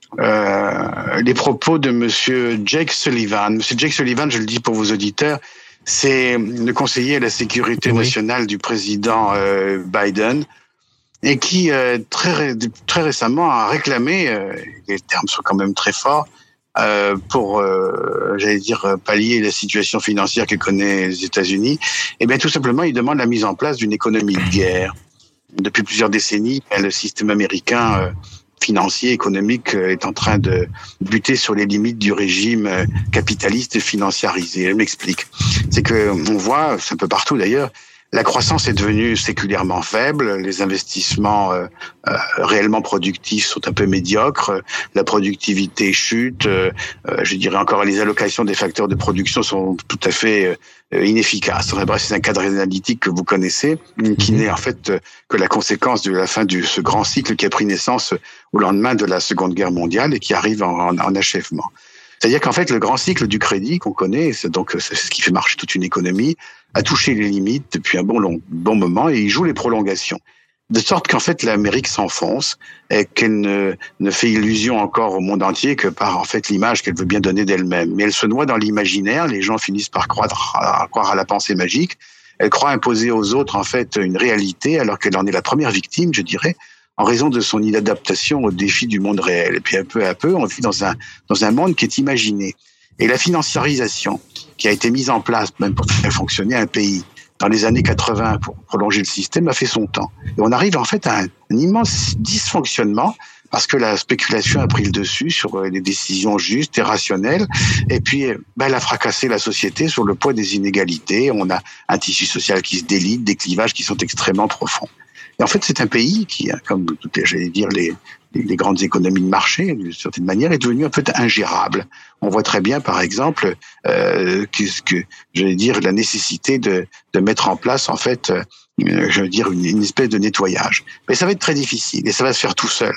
euh, les propos de Monsieur Jake Sullivan. Monsieur Jake Sullivan, je le dis pour vos auditeurs, c'est le conseiller à la sécurité oui. nationale du président euh, Biden, et qui euh, très très récemment a réclamé, euh, les termes sont quand même très forts, euh, pour, euh, j'allais dire, pallier la situation financière que connaissent les États-Unis. Et bien, tout simplement, il demande la mise en place d'une économie de guerre. Depuis plusieurs décennies, le système américain euh, financier, économique euh, est en train de buter sur les limites du régime euh, capitaliste et financiarisé. Je m'explique. C'est que on voit, c'est un peu partout d'ailleurs, la croissance est devenue séculairement faible, les investissements euh, euh, réellement productifs sont un peu médiocres, la productivité chute, euh, euh, je dirais encore les allocations des facteurs de production sont tout à fait euh, inefficaces. Enfin, bref, c'est un cadre analytique que vous connaissez, qui n'est en fait euh, que la conséquence de la fin de ce grand cycle qui a pris naissance au lendemain de la Seconde Guerre mondiale et qui arrive en, en, en achèvement. C'est-à-dire qu'en fait, le grand cycle du crédit qu'on connaît, c'est donc c'est ce qui fait marcher toute une économie, a touché les limites depuis un bon long, bon moment et il joue les prolongations. De sorte qu'en fait, l'Amérique s'enfonce et qu'elle ne, ne fait illusion encore au monde entier que par en fait l'image qu'elle veut bien donner d'elle-même. Mais elle se noie dans l'imaginaire, les gens finissent par croire à, croire à la pensée magique. Elle croit imposer aux autres en fait une réalité alors qu'elle en est la première victime, je dirais, en raison de son inadaptation aux défis du monde réel. Et puis, un peu à peu, on vit dans un, dans un monde qui est imaginé. Et la financiarisation qui a été mise en place, même pour faire fonctionner un pays, dans les années quatre-vingts, pour prolonger le système, a fait son temps. Et on arrive en fait à un, un immense dysfonctionnement parce que la spéculation a pris le dessus sur les décisions justes et rationnelles. Et puis, ben, elle a fracassé la société sur le poids des inégalités. On a un tissu social qui se délite, des clivages qui sont extrêmement profonds. Et en fait, c'est un pays qui, comme toutes les, j'allais dire, les, les, les grandes économies de marché, d'une certaine manière, est devenu un peu ingérable. On voit très bien, par exemple, euh, que, que, j'allais dire, la nécessité de, de mettre en place, en fait, euh, je veux dire, une, une espèce de nettoyage. Mais ça va être très difficile et ça va se faire tout seul.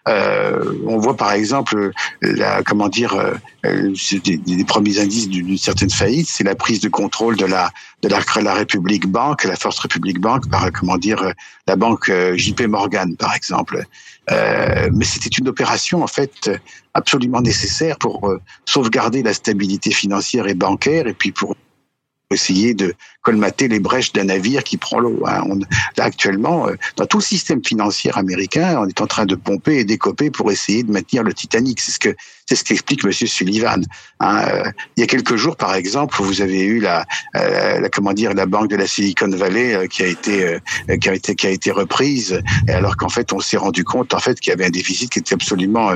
Euh, on voit par exemple, la, comment dire, euh, des, des premiers indices d'une certaine faillite, c'est la prise de contrôle de la de la, la République Bank, la First Republic Bank, par comment dire, la banque J P Morgan par exemple. Euh, mais c'était une opération en fait absolument nécessaire pour euh, sauvegarder la stabilité financière et bancaire, et puis pour essayer de colmater les brèches d'un navire qui prend l'eau. Hein. On, là, actuellement, dans tout le système financier américain, on est en train de pomper et décoper pour essayer de maintenir le Titanic. C'est ce que c'est ce qu'explique Monsieur Sullivan. Hein. Euh, il y a quelques jours, par exemple, vous avez eu la, euh, la comment dire, la banque de la Silicon Valley euh, qui a été euh, qui a été qui a été reprise, et alors qu'en fait, on s'est rendu compte en fait qu'il y avait un déficit qui était absolument euh,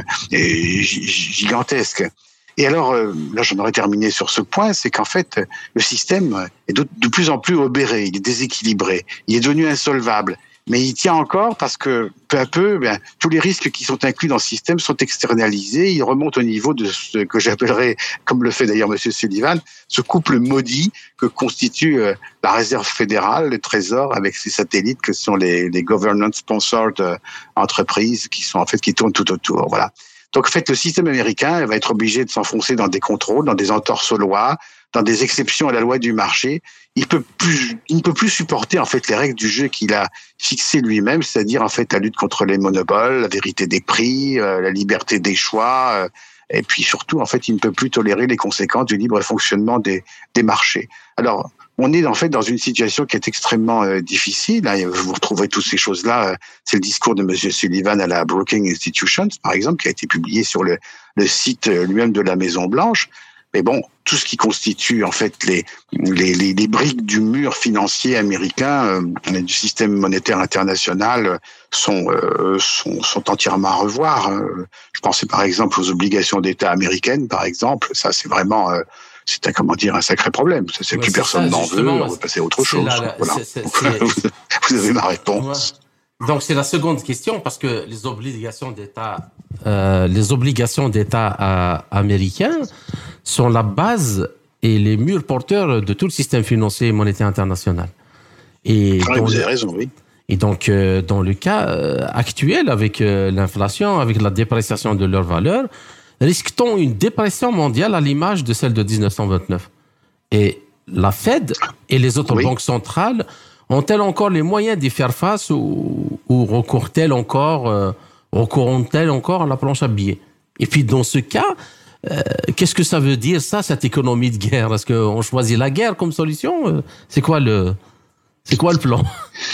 gigantesque. Et alors, là, j'en aurais terminé sur ce point, c'est qu'en fait, le système est de, de plus en plus obéré, il est déséquilibré, il est devenu insolvable. Mais il tient encore parce que, peu à peu, bien, tous les risques qui sont inclus dans ce système sont externalisés, ils remontent au niveau de ce que j'appellerais, comme le fait d'ailleurs Monsieur Sullivan, ce couple maudit que constitue la Réserve fédérale, le Trésor, avec ses satellites que sont les, les government-sponsored entreprises qui sont en fait qui tournent tout autour. Voilà. Donc, en fait, le système américain va être obligé de s'enfoncer dans des contrôles, dans des entorses aux lois, dans des exceptions à la loi du marché. Il peut plus, il ne peut plus supporter, en fait, les règles du jeu qu'il a fixées lui-même, c'est-à-dire, en fait, la lutte contre les monopoles, la vérité des prix, euh, la liberté des choix, euh, et puis surtout, en fait, il ne peut plus tolérer les conséquences du libre fonctionnement des, des marchés. Alors, on est en fait dans une situation qui est extrêmement euh, difficile. Hein. Vous retrouverez toutes ces choses-là. Euh, c'est le discours de Monsieur Sullivan à la Brookings Institutions, par exemple, qui a été publié sur le, le site lui-même de la Maison Blanche. Mais bon, tout ce qui constitue en fait les les, les, les briques du mur financier américain, euh, du système monétaire international, sont euh, sont, sont entièrement à revoir. Euh, je pensais par exemple aux obligations d'État américaines, par exemple. Ça, c'est vraiment euh, c'est un, comment dire, un sacré problème. C'est, c'est ouais, que c'est personne ça, n'en veut, on va passer à autre chose. La, la, voilà. c'est, c'est, c'est... Vous avez ma réponse. Ouais. Donc, c'est la seconde question, parce que les obligations d'État, euh, les obligations d'État euh, américains sont la base et les murs porteurs de tout le système financier et monétaire international. Et ah, vous avez le... raison, oui. Et donc, euh, dans le cas euh, actuel, avec euh, l'inflation, avec la dépréciation de leur valeur, risque-t-on une dépression mondiale à l'image de celle de dix-neuf cent vingt-neuf? Et la Fed et les autres oui. banques centrales ont-elles encore les moyens d'y faire face, ou, ou recourent-elles encore, euh, recourront-elles encore à la planche à billets? Et puis, dans ce cas, euh, qu'est-ce que ça veut dire, ça, cette économie de guerre? Est-ce qu'on choisit la guerre comme solution? C'est quoi le, c'est quoi le plan?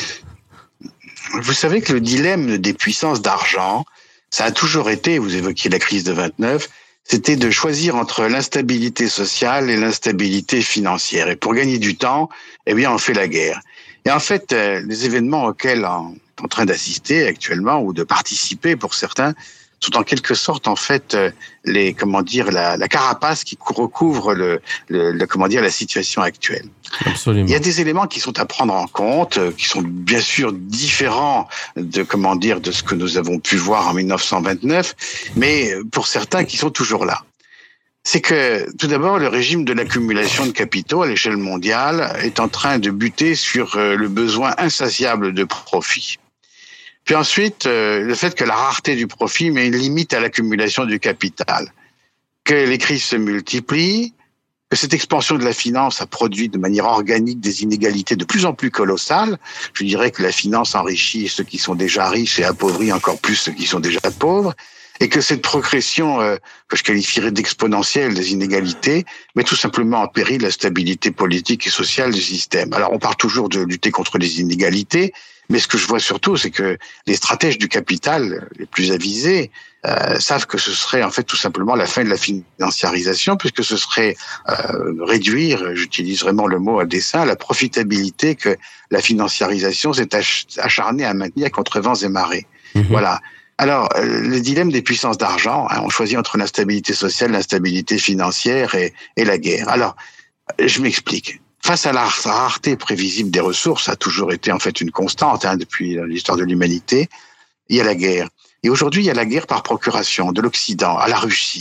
Vous savez que le dilemme des puissances d'argent, ça a toujours été, vous évoquiez la crise de vingt-neuf, c'était de choisir entre l'instabilité sociale et l'instabilité financière. Et pour gagner du temps, eh bien, on fait la guerre. Et en fait, les événements auxquels on est en train d'assister actuellement, ou de participer pour certains, sont en quelque sorte, en fait, les, comment dire, la, la carapace qui recouvre le, le, le, comment dire, la situation actuelle. Absolument. Il y a des éléments qui sont à prendre en compte, qui sont bien sûr différents de, comment dire, de ce que nous avons pu voir en dix-neuf cent vingt-neuf, mais pour certains qui sont toujours là. C'est que, tout d'abord, le régime de l'accumulation de capitaux à l'échelle mondiale est en train de buter sur le besoin insatiable de profit. Puis ensuite, euh, le fait que la rareté du profit met une limite à l'accumulation du capital, que les crises se multiplient, que cette expansion de la finance a produit de manière organique des inégalités de plus en plus colossales. Je dirais que la finance enrichit ceux qui sont déjà riches et appauvrit encore plus ceux qui sont déjà pauvres, et que cette progression, euh, que je qualifierais d'exponentielle des inégalités, met tout simplement en péril la stabilité politique et sociale du système. Alors, on parle toujours de lutter contre les inégalités, mais ce que je vois surtout, c'est que les stratèges du capital les plus avisés euh, savent que ce serait en fait tout simplement la fin de la financiarisation, puisque ce serait euh, réduire, j'utilise vraiment le mot à dessein, la profitabilité que la financiarisation s'est acharnée à maintenir contre vents et marées. Mmh. Voilà. Alors, euh, le dilemme des puissances d'argent, hein, on choisit entre l'instabilité sociale, l'instabilité financière et, et la guerre. Alors, je m'explique. Face à la rareté prévisible des ressources, ça a toujours été en fait une constante hein, depuis l'histoire de l'humanité, il y a la guerre. Et aujourd'hui, il y a la guerre par procuration de l'Occident à la Russie.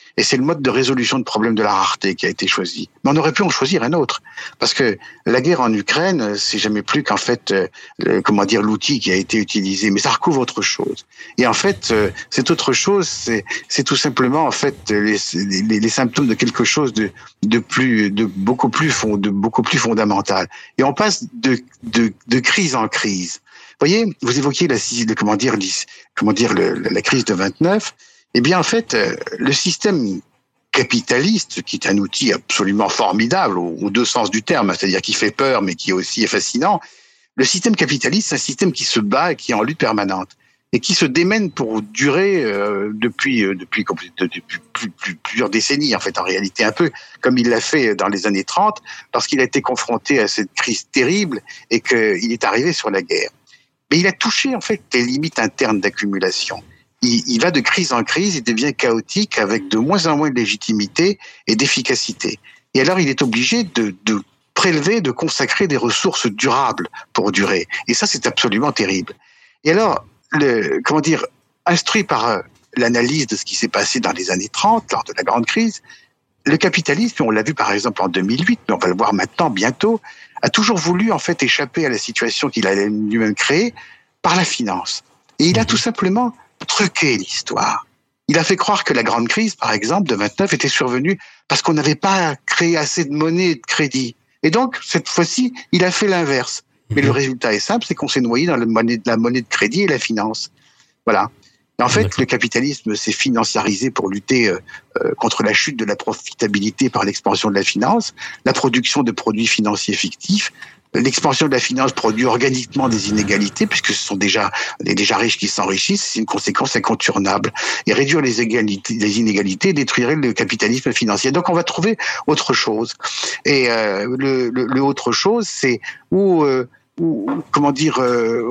Et c'est le mode de résolution de problème de la rareté qui a été choisi. Mais on aurait pu en choisir un autre. Parce que la guerre en Ukraine, c'est jamais plus qu'en fait, euh, le, comment dire, l'outil qui a été utilisé. Mais ça recouvre autre chose. Et en fait, euh, cette autre chose, c'est, c'est tout simplement, en fait, les, les, les symptômes de quelque chose de, de plus, de beaucoup plus fond, de beaucoup plus fondamental. Et on passe de, de, de crise en crise. Vous voyez, vous évoquiez la, la comment dire, comment dire, le, la crise de vingt-neuf. Eh bien, en fait, le système capitaliste, qui est un outil absolument formidable, aux deux sens du terme, c'est-à-dire qui fait peur, mais qui aussi est fascinant, le système capitaliste, c'est un système qui se bat et qui est en lutte permanente, et qui se démène pour durer euh, depuis, euh, depuis, depuis plus, plus, plusieurs décennies, en fait, en réalité, un peu comme il l'a fait dans les années trente, parce qu'il a été confronté à cette crise terrible et qu'il est arrivé sur la guerre. Mais il a touché, en fait, les limites internes d'accumulation. Il, il va de crise en crise, il devient chaotique avec de moins en moins de légitimité et d'efficacité. Et alors, il est obligé de, de prélever, de consacrer des ressources durables pour durer. Et ça, c'est absolument terrible. Et alors, le, comment dire, instruit par l'analyse de ce qui s'est passé dans les années trente, lors de la grande crise, le capitalisme, on l'a vu par exemple en deux mille huit, mais on va le voir maintenant, bientôt, a toujours voulu en fait échapper à la situation qu'il a lui-même créée par la finance. Et il a tout simplement truqué l'histoire. Il a fait croire que la grande crise, par exemple, de vingt-neuf était survenue parce qu'on n'avait pas créé assez de monnaie et de crédit. Et donc, cette fois-ci, il a fait l'inverse. Mais le résultat est simple, c'est qu'on s'est noyé dans la monnaie, la monnaie de crédit et la finance. Voilà. Et en fait, D'accord. le capitalisme s'est financiarisé pour lutter euh, contre la chute de la profitabilité par l'expansion de la finance, la production de produits financiers fictifs. L'expansion de la finance produit organiquement des inégalités, puisque ce sont déjà les déjà riches qui s'enrichissent, c'est une conséquence incontournable. Et réduire les, égalités, les inégalités détruirait le capitalisme financier. Donc on va trouver autre chose. Et euh, le, le, le autre chose, c'est où, euh, où comment dire, euh,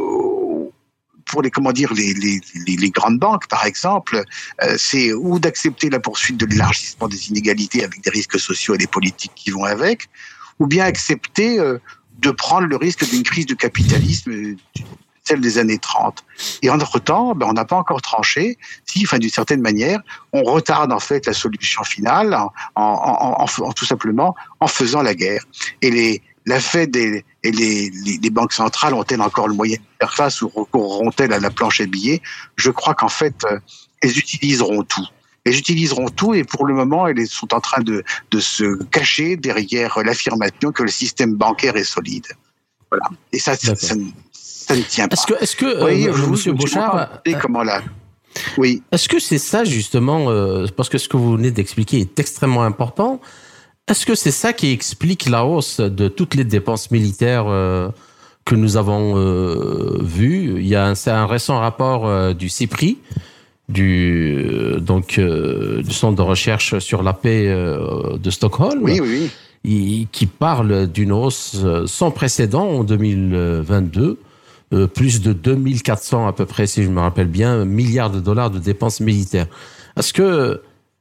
pour les comment dire les, les, les, les grandes banques, par exemple, euh, c'est ou d'accepter la poursuite de l'élargissement des inégalités avec des risques sociaux et des politiques qui vont avec, ou bien accepter euh, de prendre le risque d'une crise du capitalisme, euh, celle des années trente. Et entre-temps, ben, on n'a pas encore tranché, si, enfin, d'une certaine manière, on retarde en fait la solution finale en, en, en, en, en tout simplement en faisant la guerre. Et les, la Fed et, et les, les, les banques centrales ont-elles encore le moyen de faire face ou recourront-elles à la planche à billets ? Je crois qu'en fait, euh, elles utiliseront tout. Elles utiliseront tout et pour le moment, elles sont en train de, de se cacher derrière l'affirmation que le système bancaire est solide. Voilà. Et ça, ça, ça, ça ne tient pas. Est-ce que, est-ce que oui, euh, Monsieur Bauchard, euh, comment là oui. Est-ce que c'est ça justement, euh, parce que ce que vous venez d'expliquer est extrêmement important. Est-ce que c'est ça qui explique la hausse de toutes les dépenses militaires euh, que nous avons euh, vues ? Il y a un, c'est un récent rapport euh, du CIPRI, du euh, donc euh, du centre de recherche sur la paix euh, de Stockholm, oui, oui, oui. qui parle d'une hausse sans précédent en deux mille vingt-deux, euh, plus de deux mille quatre cents à peu près, si je me rappelle bien, milliards de dollars de dépenses militaires. Est-ce que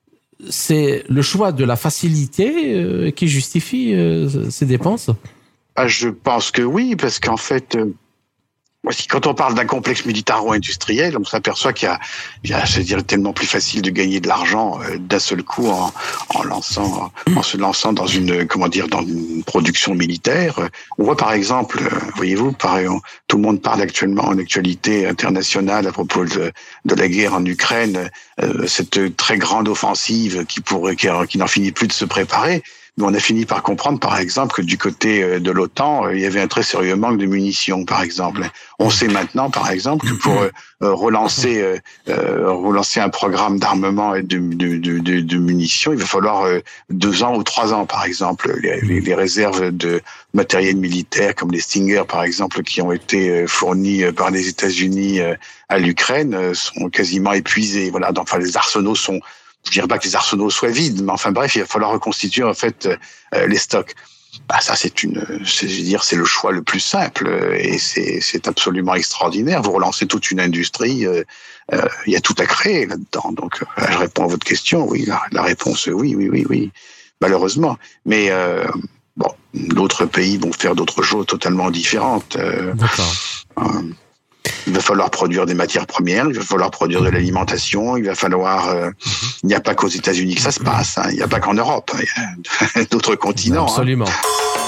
c'est le choix de la facilité euh, qui justifie euh, ces dépenses ? Ah, je pense que oui, parce qu'en fait, euh, quand on parle d'un complexe militaro-industriel, on s'aperçoit qu'il y a, il y a c'est dire, tellement plus facile de gagner de l'argent euh, d'un seul coup en, en lançant, en se lançant dans une, comment dire, dans une production militaire. On voit par exemple, euh, voyez-vous, pareil, on, tout le monde parle actuellement en actualité internationale à propos de, de la guerre en Ukraine, euh, cette très grande offensive qui pourrait, qui, qui n'en finit plus de se préparer. Mais on a fini par comprendre, par exemple, que du côté de l'OTAN, il y avait un très sérieux manque de munitions, par exemple. On sait maintenant, par exemple, que pour relancer euh, relancer un programme d'armement et de, de, de, de munitions, il va falloir deux ans ou trois ans, par exemple. Les, les, les réserves de matériel militaire, comme les Stinger, par exemple, qui ont été fournis par les États-Unis à l'Ukraine, sont quasiment épuisées. Voilà, donc enfin, les arsenaux sont... Je dirais pas que les arsenaux soient vides, mais enfin bref, il va falloir reconstituer en fait euh, les stocks. Bah ça c'est une, c'est, je veux dire, c'est le choix le plus simple et c'est c'est absolument extraordinaire. Vous relancez toute une industrie, euh, euh, il y a tout à créer là-dedans. Donc euh, je réponds à votre question, oui, la, la réponse oui, oui, oui, oui, malheureusement. Mais euh, bon, d'autres pays vont faire d'autres choses totalement différentes. Euh, D'accord. Euh, il va falloir produire des matières premières, il va falloir produire de l'alimentation, il va falloir... Euh, il n'y a pas qu'aux États-Unis que ça se passe, hein, il n'y a pas qu'en Europe, hein, il y a d'autres continents. Absolument. Hein.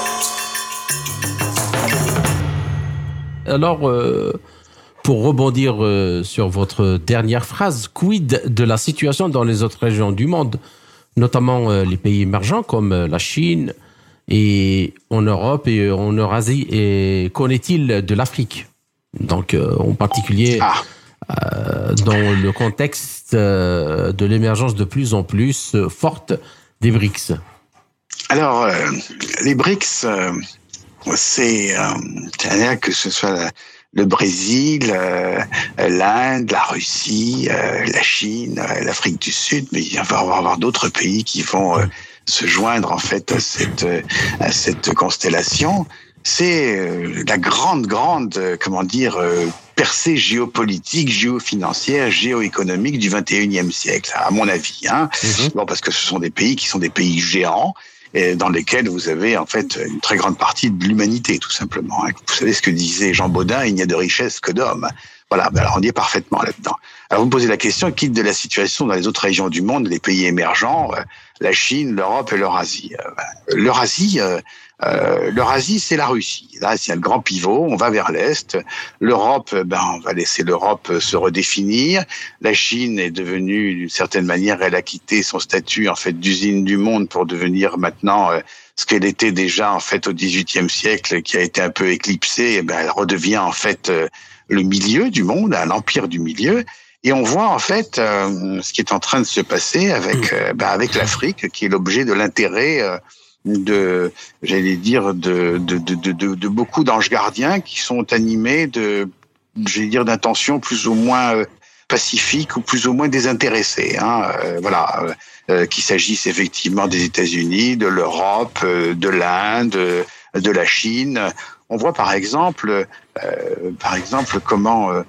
Alors, euh, pour rebondir euh, sur votre dernière phrase, quid de la situation dans les autres régions du monde, notamment euh, les pays émergents comme euh, la Chine et en Europe et en Eurasie, et qu'en est-il de l'Afrique ? Donc, euh, en particulier, ah. euh, dans le contexte euh, de l'émergence de plus en plus euh, forte des B R I C S. Alors, euh, les B R I C S... Euh... C'est, euh, c'est-à-dire que ce soit la, le Brésil, euh, l'Inde, la Russie, euh, la Chine, euh, l'Afrique du Sud, mais il va y avoir, avoir d'autres pays qui vont euh, se joindre en fait à cette, à cette constellation. C'est euh, la grande, grande, euh, comment dire, euh, percée géopolitique, géofinancière, géoéconomique du vingt et unième siècle, à mon avis. Hein. Mm-hmm. Bon, parce que ce sont des pays qui sont des pays géants, et dans lesquels vous avez en fait une très grande partie de l'humanité, tout simplement. Vous savez ce que disait Jean Baudin, il n'y a de richesse que d'hommes. Voilà, ben alors on y est parfaitement là-dedans. Alors vous me posez la question, quitte de la situation dans les autres régions du monde, les pays émergents, la Chine, l'Europe et l'Eurasie. L'Eurasie, euh, l'Eurasie, c'est la Russie. Là, c'est le grand pivot, on va vers l'Est. L'Europe, ben, on va laisser l'Europe se redéfinir. La Chine est devenue, d'une certaine manière, elle a quitté son statut, en fait, d'usine du monde pour devenir maintenant euh, ce qu'elle était déjà, en fait, au dix-huitième siècle, qui a été un peu éclipsée. Et ben, elle redevient, en fait, euh, le milieu du monde, hein, l'empire du milieu. Et on voit en fait euh, ce qui est en train de se passer avec euh, bah, avec l'Afrique, qui est l'objet de l'intérêt euh, de, j'allais dire, de de, de de de beaucoup d'anges gardiens qui sont animés de, j'allais dire, d'intentions plus ou moins euh, pacifiques ou plus ou moins désintéressées. Hein, euh, voilà, euh, qu'il s'agisse effectivement des États-Unis, de l'Europe, euh, de l'Inde, de la Chine. On voit par exemple, euh, par exemple comment, euh,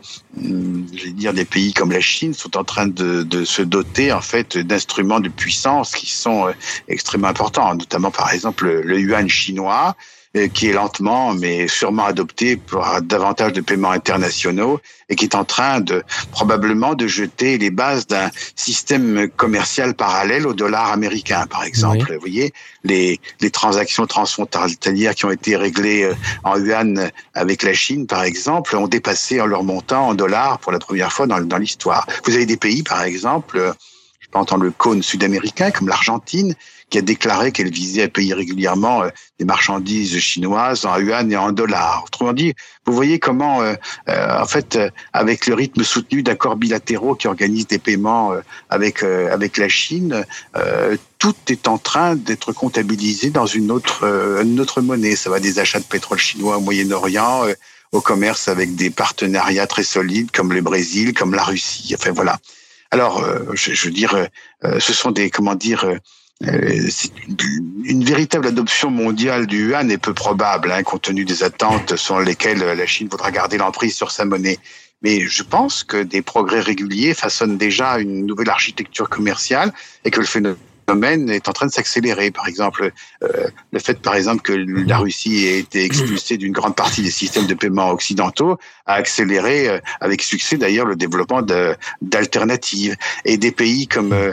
je vais dire, des pays comme la Chine sont en train de, de se doter en fait d'instruments de puissance qui sont euh, extrêmement importants, notamment par exemple le, le yuan chinois, euh, qui est lentement mais sûrement adopté pour davantage de paiements internationaux et qui est en train de probablement de jeter les bases d'un système commercial parallèle au dollar américain, par exemple. Oui. Vous voyez, les, les transactions transfrontalières qui ont été réglées en yuan avec la Chine, par exemple, ont dépassé en leur montant en dollars pour la première fois dans, dans l'histoire. Vous avez des pays, par exemple, je peux entendre le cône sud-américain, comme l'Argentine, qui a déclaré qu'elle visait à payer régulièrement euh, des marchandises chinoises en yuan et en dollars. Autrement dit, vous voyez comment, euh, euh, en fait, euh, avec le rythme soutenu d'accords bilatéraux qui organisent des paiements euh, avec euh, avec la Chine, euh, tout est en train d'être comptabilisé dans une autre euh, une autre monnaie. Ça va des achats de pétrole chinois au Moyen-Orient, euh, au commerce avec des partenariats très solides comme le Brésil, comme la Russie. Enfin voilà. Alors, euh, je, je veux dire, euh, ce sont des, comment dire, euh, c'est une, une véritable adoption mondiale du yuan est peu probable, hein, compte tenu des attentes selon lesquelles la Chine voudra garder l'emprise sur sa monnaie. Mais je pense que des progrès réguliers façonnent déjà une nouvelle architecture commerciale et que le phénomène est en train de s'accélérer. Par exemple, euh, le fait, par exemple, que la Russie ait été expulsée d'une grande partie des systèmes de paiement occidentaux a accéléré, euh, avec succès d'ailleurs, le développement de, d'alternatives. Et des pays comme, euh,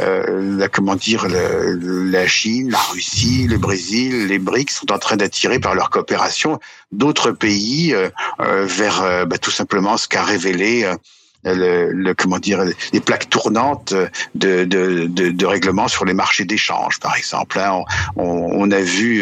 la, comment dire, le, la Chine, la Russie, le Brésil, les B R I C S sont en train d'attirer par leur coopération d'autres pays euh, euh, vers euh, bah, tout simplement ce qu'a révélé euh, Le, le comment dire les plaques tournantes de de de, de règlement sur les marchés d'échange, par exemple. Hein, on, on, on a vu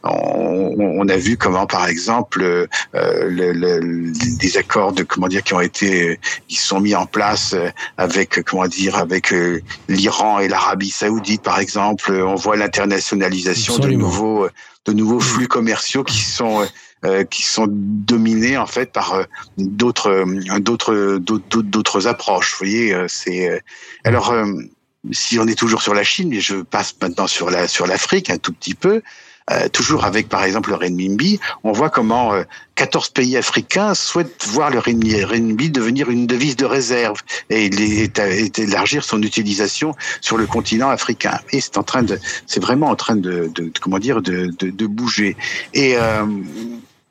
on, on a vu comment, par exemple, euh, le, le, des accords de comment dire qui ont été qui sont mis en place avec comment dire avec l'Iran et l'Arabie Saoudite, par exemple. On voit l'internationalisation de nouveaux de nouveaux flux commerciaux qui sont Euh, qui sont dominés en fait par euh, d'autres, euh, d'autres, d'autres, d'autres approches. Vous voyez, euh, c'est euh, alors euh, si on est toujours sur la Chine, mais je passe maintenant sur la sur l'Afrique un tout petit peu. Euh, toujours avec par exemple le renminbi, on voit comment euh, quatorze pays africains souhaitent voir le renminbi devenir une devise de réserve et, et, et élargir son utilisation sur le continent africain. Et c'est en train de, c'est vraiment en train de, de, de comment dire, de, de, de bouger. Et euh,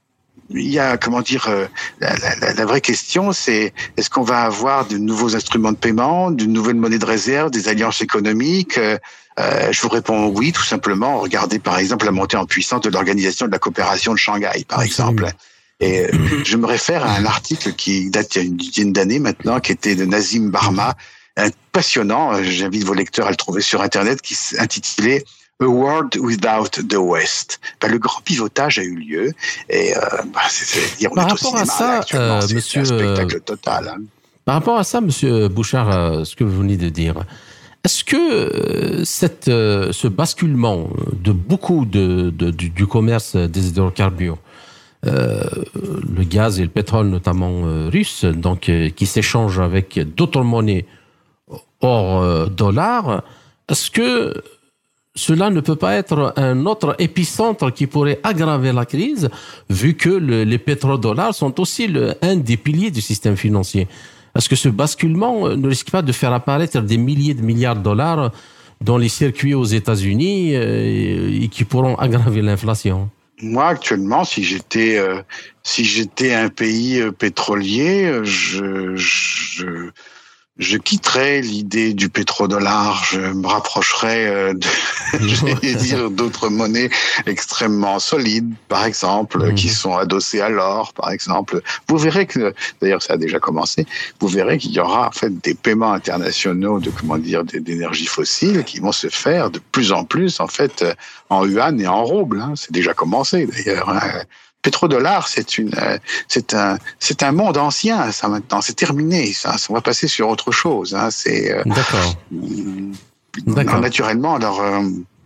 il y a, comment dire, euh, la, la, la vraie question, c'est est-ce qu'on va avoir de nouveaux instruments de paiement, de nouvelles monnaies de réserve, des alliances économiques? euh, euh, Je vous réponds oui, tout simplement. Regardez par exemple la montée en puissance de l'Organisation de la coopération de Shanghai, par exemple. Et euh, je me réfère à un article qui date il y a une dizaine d'années maintenant, qui était de Nazim Barma, un passionnant. J'invite vos lecteurs à le trouver sur Internet, qui s'intitulait A World Without the West. Ben, le grand pivotage a eu lieu et euh, ben, c'est, c'est dire on par est rapport au cinéma, à ça, là, actuellement, euh, c'est, monsieur, c'est un spectacle total. Hein. Par rapport à ça, monsieur Bouchard, euh, ce que vous venez de dire, est-ce que euh, cette, euh, ce basculement de beaucoup de, de, du, du commerce des hydrocarbures, euh, le gaz et le pétrole notamment euh, russe, donc euh, qui s'échangent avec d'autres monnaies hors euh, dollar, est-ce que cela ne peut pas être un autre épicentre qui pourrait aggraver la crise, vu que le, les pétrodollars sont aussi le, un des piliers du système financier? Est-ce que ce basculement ne risque pas de faire apparaître des milliers de milliards de dollars dans les circuits aux États-Unis et, et qui pourront aggraver l'inflation? Moi, actuellement, si j'étais euh, si j'étais un pays euh, pétrolier, je, je je quitterais l'idée du pétrodollar. Je me rapprocherais euh, de, j'allais dire, d'autres monnaies extrêmement solides, par exemple, mmh. qui sont adossées à l'or, par exemple. Vous verrez que, d'ailleurs, ça a déjà commencé. Vous verrez qu'il y aura en fait des paiements internationaux de comment dire d'énergie fossile qui vont se faire de plus en plus en fait en yuan et en rouble. Hein. C'est déjà commencé d'ailleurs. Hein. Pétrodollar, c'est une, c'est un, c'est un monde ancien, ça maintenant, c'est terminé, ça, on va passer sur autre chose, hein, c'est. D'accord. Euh, D'accord. Naturellement, alors, euh,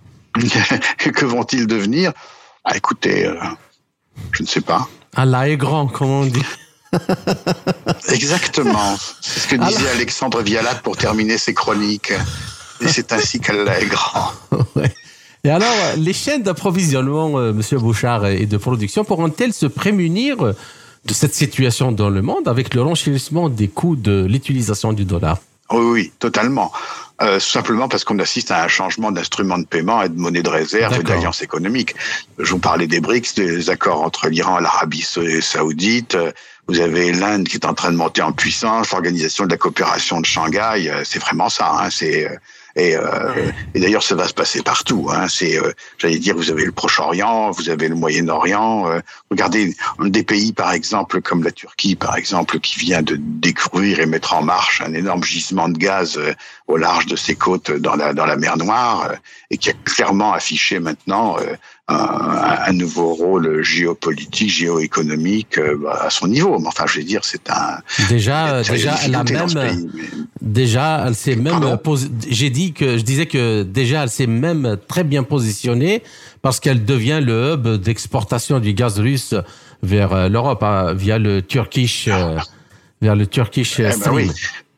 que vont-ils devenir? Ah, écoutez, euh, je ne sais pas. Allah est grand, comme on dit. Exactement. C'est ce que disait Allah... Alexandre Vialat pour terminer ses chroniques. Et c'est ainsi qu'Allah est grand. Ouais. Et alors, les chaînes d'approvisionnement, euh, monsieur Bouchard, et de production, pourront-elles se prémunir de cette situation dans le monde avec le renchérissement des coûts de l'utilisation du dollar? Oui, oui, totalement. Euh, simplement parce qu'on assiste à un changement d'instruments de paiement et de monnaie de réserve D'accord. et d'alliances économiques. Je vous parlais des B R I C S, des accords entre l'Iran et l'Arabie saoudite. Vous avez l'Inde qui est en train de monter en puissance, l'Organisation de la coopération de Shanghai. C'est vraiment ça, hein, c'est... Et, euh, et d'ailleurs, ça va se passer partout. Hein. C'est, euh, j'allais dire, vous avez le Proche-Orient, vous avez le Moyen-Orient. Euh, regardez des pays, par exemple, comme la Turquie, par exemple, qui vient de découvrir et mettre en marche un énorme gisement de gaz euh, au large de ses côtes dans la dans la mer Noire, euh, et qui a clairement affiché maintenant euh, un, un nouveau rôle géopolitique, géoéconomique euh, à son niveau. Mais enfin, je vais dire, c'est un déjà déjà elle a même pays, mais... déjà elle s'est même posi... j'ai dit que je disais que déjà elle s'est même très bien positionnée parce qu'elle devient le hub d'exportation du gaz russe vers l'Europe hein, via le Turkish euh, vers le Turkish eh ben Stream. Oui.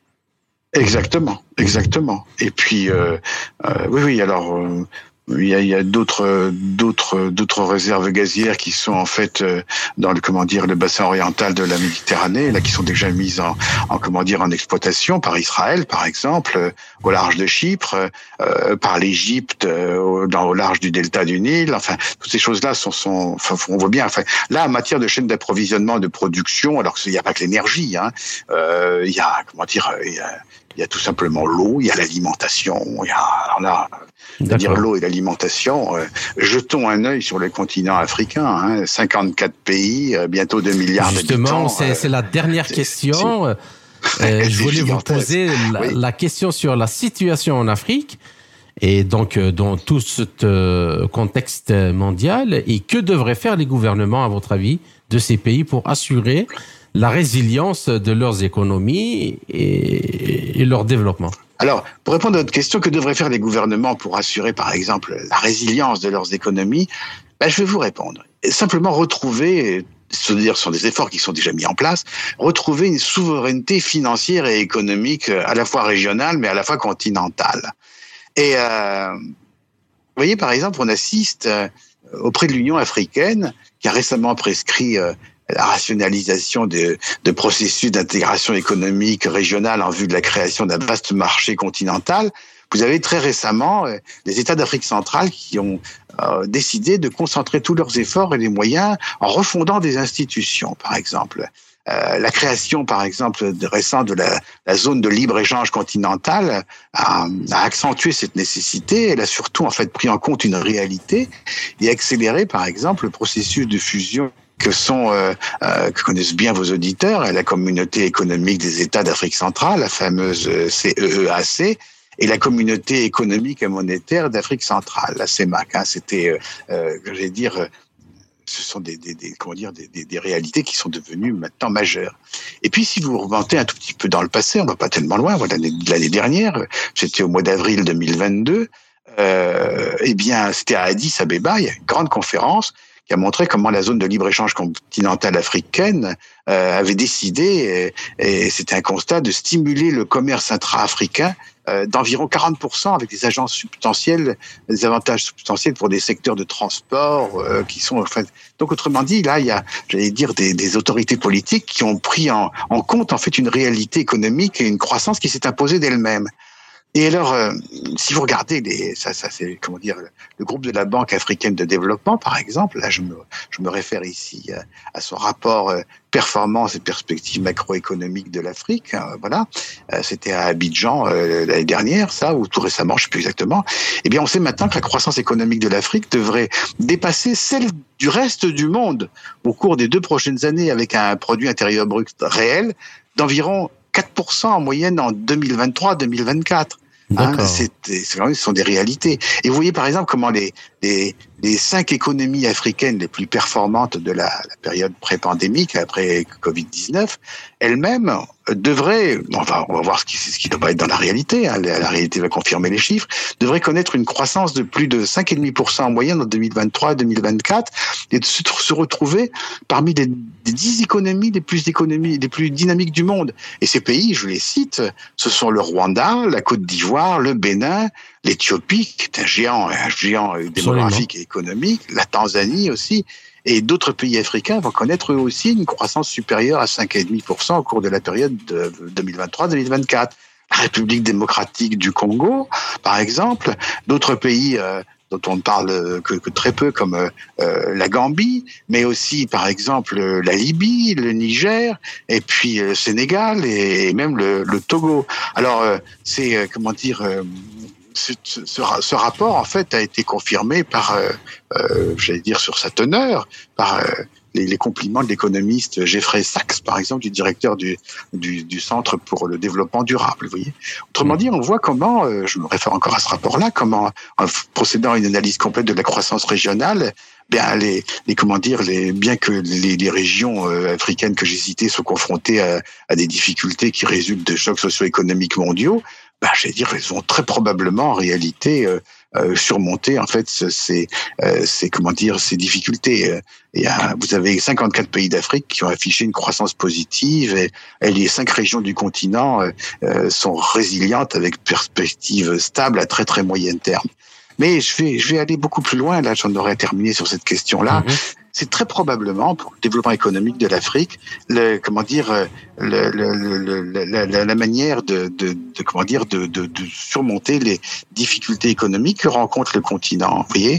Exactement, exactement. Et puis euh, euh, oui, oui. Alors. Euh, Il y a, il y a d'autres, d'autres, d'autres réserves gazières qui sont en fait dans le comment dire le bassin oriental de la Méditerranée, là qui sont déjà mises en, en comment dire en exploitation par Israël, par exemple, au large de Chypre, euh, par l'Égypte, euh, dans au large du delta du Nil. Enfin, toutes ces choses-là sont, sont enfin, on voit bien. Enfin, là, en matière de chaîne d'approvisionnement, de production, alors qu'il n'y a pas que l'énergie, hein, euh, il y a comment dire, il y a, il y a tout simplement l'eau, il y a l'alimentation, il y a alors là. C'est-à-dire l'eau et l'alimentation. Euh, jetons un œil sur le continent africain. Hein, cinquante-quatre pays, euh, bientôt deux milliards Justement, d'habitants. Justement, c'est, euh, c'est la dernière c'est, question. C'est... Euh, je voulais vous poser la, oui. la question sur la situation en Afrique et donc euh, dans tout ce euh, contexte mondial. Et que devraient faire les gouvernements, à votre avis, de ces pays pour assurer la résilience de leurs économies et, et leur développement? Alors, pour répondre à votre question, que devraient faire les gouvernements pour assurer, par exemple, la résilience de leurs économies? Ben, je vais vous répondre. Simplement retrouver, c'est-à-dire ce sont des efforts qui sont déjà mis en place, retrouver une souveraineté financière et économique à la fois régionale, mais à la fois continentale. Et euh, vous voyez, par exemple, on assiste euh, auprès de l'Union africaine, qui a récemment prescrit euh, la rationalisation de, de processus d'intégration économique régionale en vue de la création d'un vaste marché continental. vous avez très récemment euh, les États d'Afrique centrale qui ont euh, décidé de concentrer tous leurs efforts et les moyens en refondant des institutions, par exemple. Euh, la création, par exemple, de, récente de la, la zone de libre-échange continentale a, a accentué cette nécessité. Elle a surtout, en fait, pris en compte une réalité et accéléré, par exemple, le processus de fusion que sont, euh, euh, que connaissent bien vos auditeurs, la Communauté économique des États d'Afrique centrale, la fameuse C E E A C, et la Communauté économique et monétaire d'Afrique centrale, la C E M A C. Hein, c'était, euh, euh, je vais dire, ce sont des, des, des comment dire des, des, des réalités qui sont devenues maintenant majeures. Et puis si vous remontez un tout petit peu dans le passé, on va pas tellement loin. Voilà, l'année dernière, c'était au mois d'avril deux mille vingt-deux. Euh, eh bien, c'était à Addis Abeba, il y a une grande conférence qui a montré comment la zone de libre-échange continentale africaine euh, avait décidé, et, et c'était un constat, de stimuler le commerce intra-africain euh, d'environ quarante pour cent avec des agences substantielles, des avantages substantiels pour des secteurs de transport euh, qui sont... En fait, donc autrement dit, là, il y a, j'allais dire, des, des autorités politiques qui ont pris en, en compte en fait une réalité économique et une croissance qui s'est imposée d'elle-même. Et alors, euh, si vous regardez les, ça, ça c'est comment dire, le groupe de la Banque africaine de développement, par exemple, là je me, je me réfère ici à, à son rapport euh, performance et perspectives macroéconomiques de l'Afrique. Euh, voilà, euh, c'était à Abidjan euh, l'année dernière, ça, ou tout récemment, je sais plus exactement. Eh bien, on sait maintenant que la croissance économique de l'Afrique devrait dépasser celle du reste du monde au cours des deux prochaines années, avec un produit intérieur brut réel d'environ quatre pour cent en moyenne en deux mille vingt-trois deux mille vingt-quatre. Hein, c'est, c'est, ce sont des réalités. Et vous voyez par exemple comment les, les, les cinq économies africaines les plus performantes de la, la période pré-pandémique, après covid dix-neuf, elles-mêmes devraient, on va, on va voir ce qui, ce qui doit être dans la réalité, hein, la, la réalité va confirmer les chiffres, devraient connaître une croissance de plus de cinq virgule cinq pour cent en moyenne en deux mille vingt-trois et deux mille vingt-quatre, et de se, se retrouver parmi les, les dix économies les plus économies, les plus dynamiques du monde. Et ces pays, je les cite, ce sont le Rwanda, la Côte d'Ivoire, le Bénin, l'Éthiopie, qui est un géant, un géant démographique et économique, la Tanzanie aussi, et d'autres pays africains vont connaître eux aussi une croissance supérieure à cinq virgule cinq pour cent au cours de la période de deux mille vingt-trois deux mille vingt-quatre. La République démocratique du Congo, par exemple, d'autres pays euh, dont on ne parle que, que très peu, comme euh, la Gambie, mais aussi, par exemple, la Libye, le Niger, et puis le Sénégal, et, et même le, le Togo. Alors, euh, c'est, euh, comment dire... Euh, Ce, ce, ce rapport, en fait, a été confirmé par, euh, euh, j'allais dire, sur sa teneur, par euh, les, les compliments de l'économiste Jeffrey Sachs, par exemple, du directeur du, du, du Centre pour le développement durable. Vous voyez. Autrement dit, on voit comment, euh, je me réfère encore à ce rapport-là, comment, en procédant à une analyse complète de la croissance régionale, bien les, les comment dire, les, bien que les, les régions euh, africaines que j'ai citées soient confrontées à, à des difficultés qui résultent de chocs socio-économiques mondiaux, ben, je vais dire, elles vont très probablement en réalité euh, euh, surmonter en fait ces, euh, ces comment dire ces difficultés. Et, euh, vous avez cinquante-quatre pays d'Afrique qui ont affiché une croissance positive, et, et les cinq régions du continent euh, euh, sont résilientes avec perspectives stables à très très moyen terme. Mais je vais je vais aller beaucoup plus loin. Là, j'en aurais terminé sur cette question-là. Mmh. C'est très probablement pour le développement économique de l'Afrique, le comment dire, le, le, le, la, la, la manière de, de, de comment dire de, de, de surmonter les difficultés économiques que rencontre le continent. Vous voyez,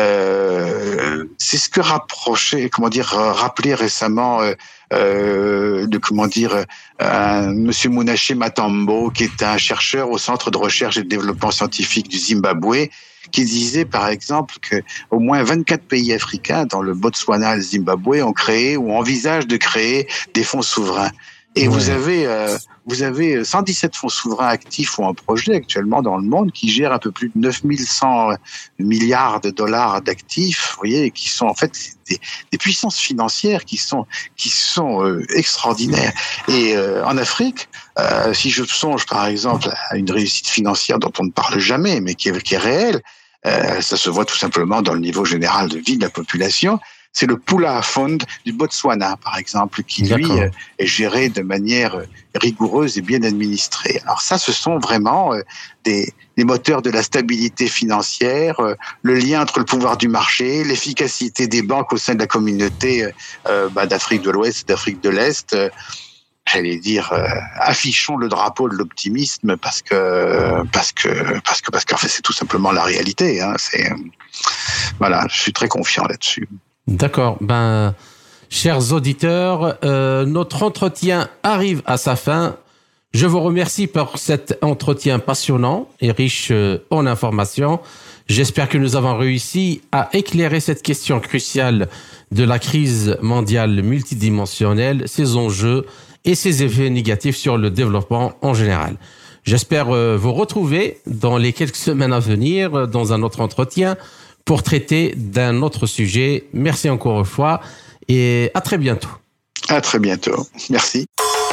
euh, c'est ce que rapprochait, comment dire, rappelé récemment. Euh, Euh, de comment dire euh, Monsieur Munache Matambo, qui est un chercheur au Centre de recherche et de développement scientifique du Zimbabwe, qui disait par exemple que au moins vingt-quatre pays africains, dans le Botswana et le Zimbabwe, ont créé ou envisagent de créer des fonds souverains. Et ouais. vous avez euh, vous avez cent dix-sept fonds souverains actifs ou en projet actuellement dans le monde qui gèrent un peu plus de neuf mille cent milliards de dollars d'actifs, vous voyez, qui sont en fait des, des puissances financières qui sont qui sont euh, extraordinaires. Et euh, en Afrique, euh, si je songe par exemple à une réussite financière dont on ne parle jamais, mais qui est, qui est réelle, euh, ça se voit tout simplement dans le niveau général de vie de la population. C'est le Pula Fund du Botswana, par exemple, qui, lui, euh, est géré de manière rigoureuse et bien administrée. Alors ça, ce sont vraiment euh, des, des moteurs de la stabilité financière, euh, le lien entre le pouvoir du marché, l'efficacité des banques au sein de la communauté euh, bah, d'Afrique de l'Ouest et d'Afrique de l'Est. Euh, j'allais dire, euh, affichons le drapeau de l'optimisme parce que parce que parce que parce qu'en fait c'est tout simplement la réalité. Hein. C'est voilà, je suis très confiant là-dessus. D'accord. Ben, chers auditeurs, euh, notre entretien arrive à sa fin. Je vous remercie pour cet entretien passionnant et riche en informations. J'espère que nous avons réussi à éclairer cette question cruciale de la crise mondiale multidimensionnelle, ses enjeux et ses effets négatifs sur le développement en général. J'espère vous retrouver dans les quelques semaines à venir dans un autre entretien pour traiter d'un autre sujet. Merci encore une fois et à très bientôt. À très bientôt. Merci.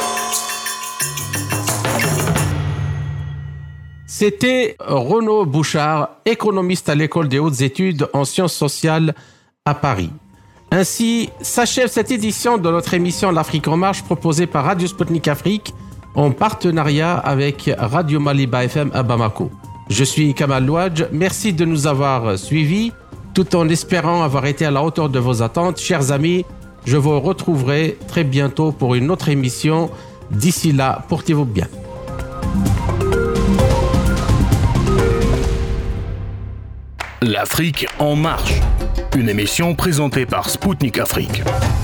C'était Renaud Bouchard, économiste à l'École des hautes études en sciences sociales à Paris. Ainsi s'achève cette édition de notre émission L'Afrique en marche proposée par Radio Sputnik Afrique en partenariat avec Radio Maliba F M à Bamako. Je suis Kamal Louadj, merci de nous avoir suivis tout en espérant avoir été à la hauteur de vos attentes. Chers amis, je vous retrouverai très bientôt pour une autre émission. D'ici là, portez-vous bien. L'Afrique en marche, une émission présentée par Sputnik Afrique.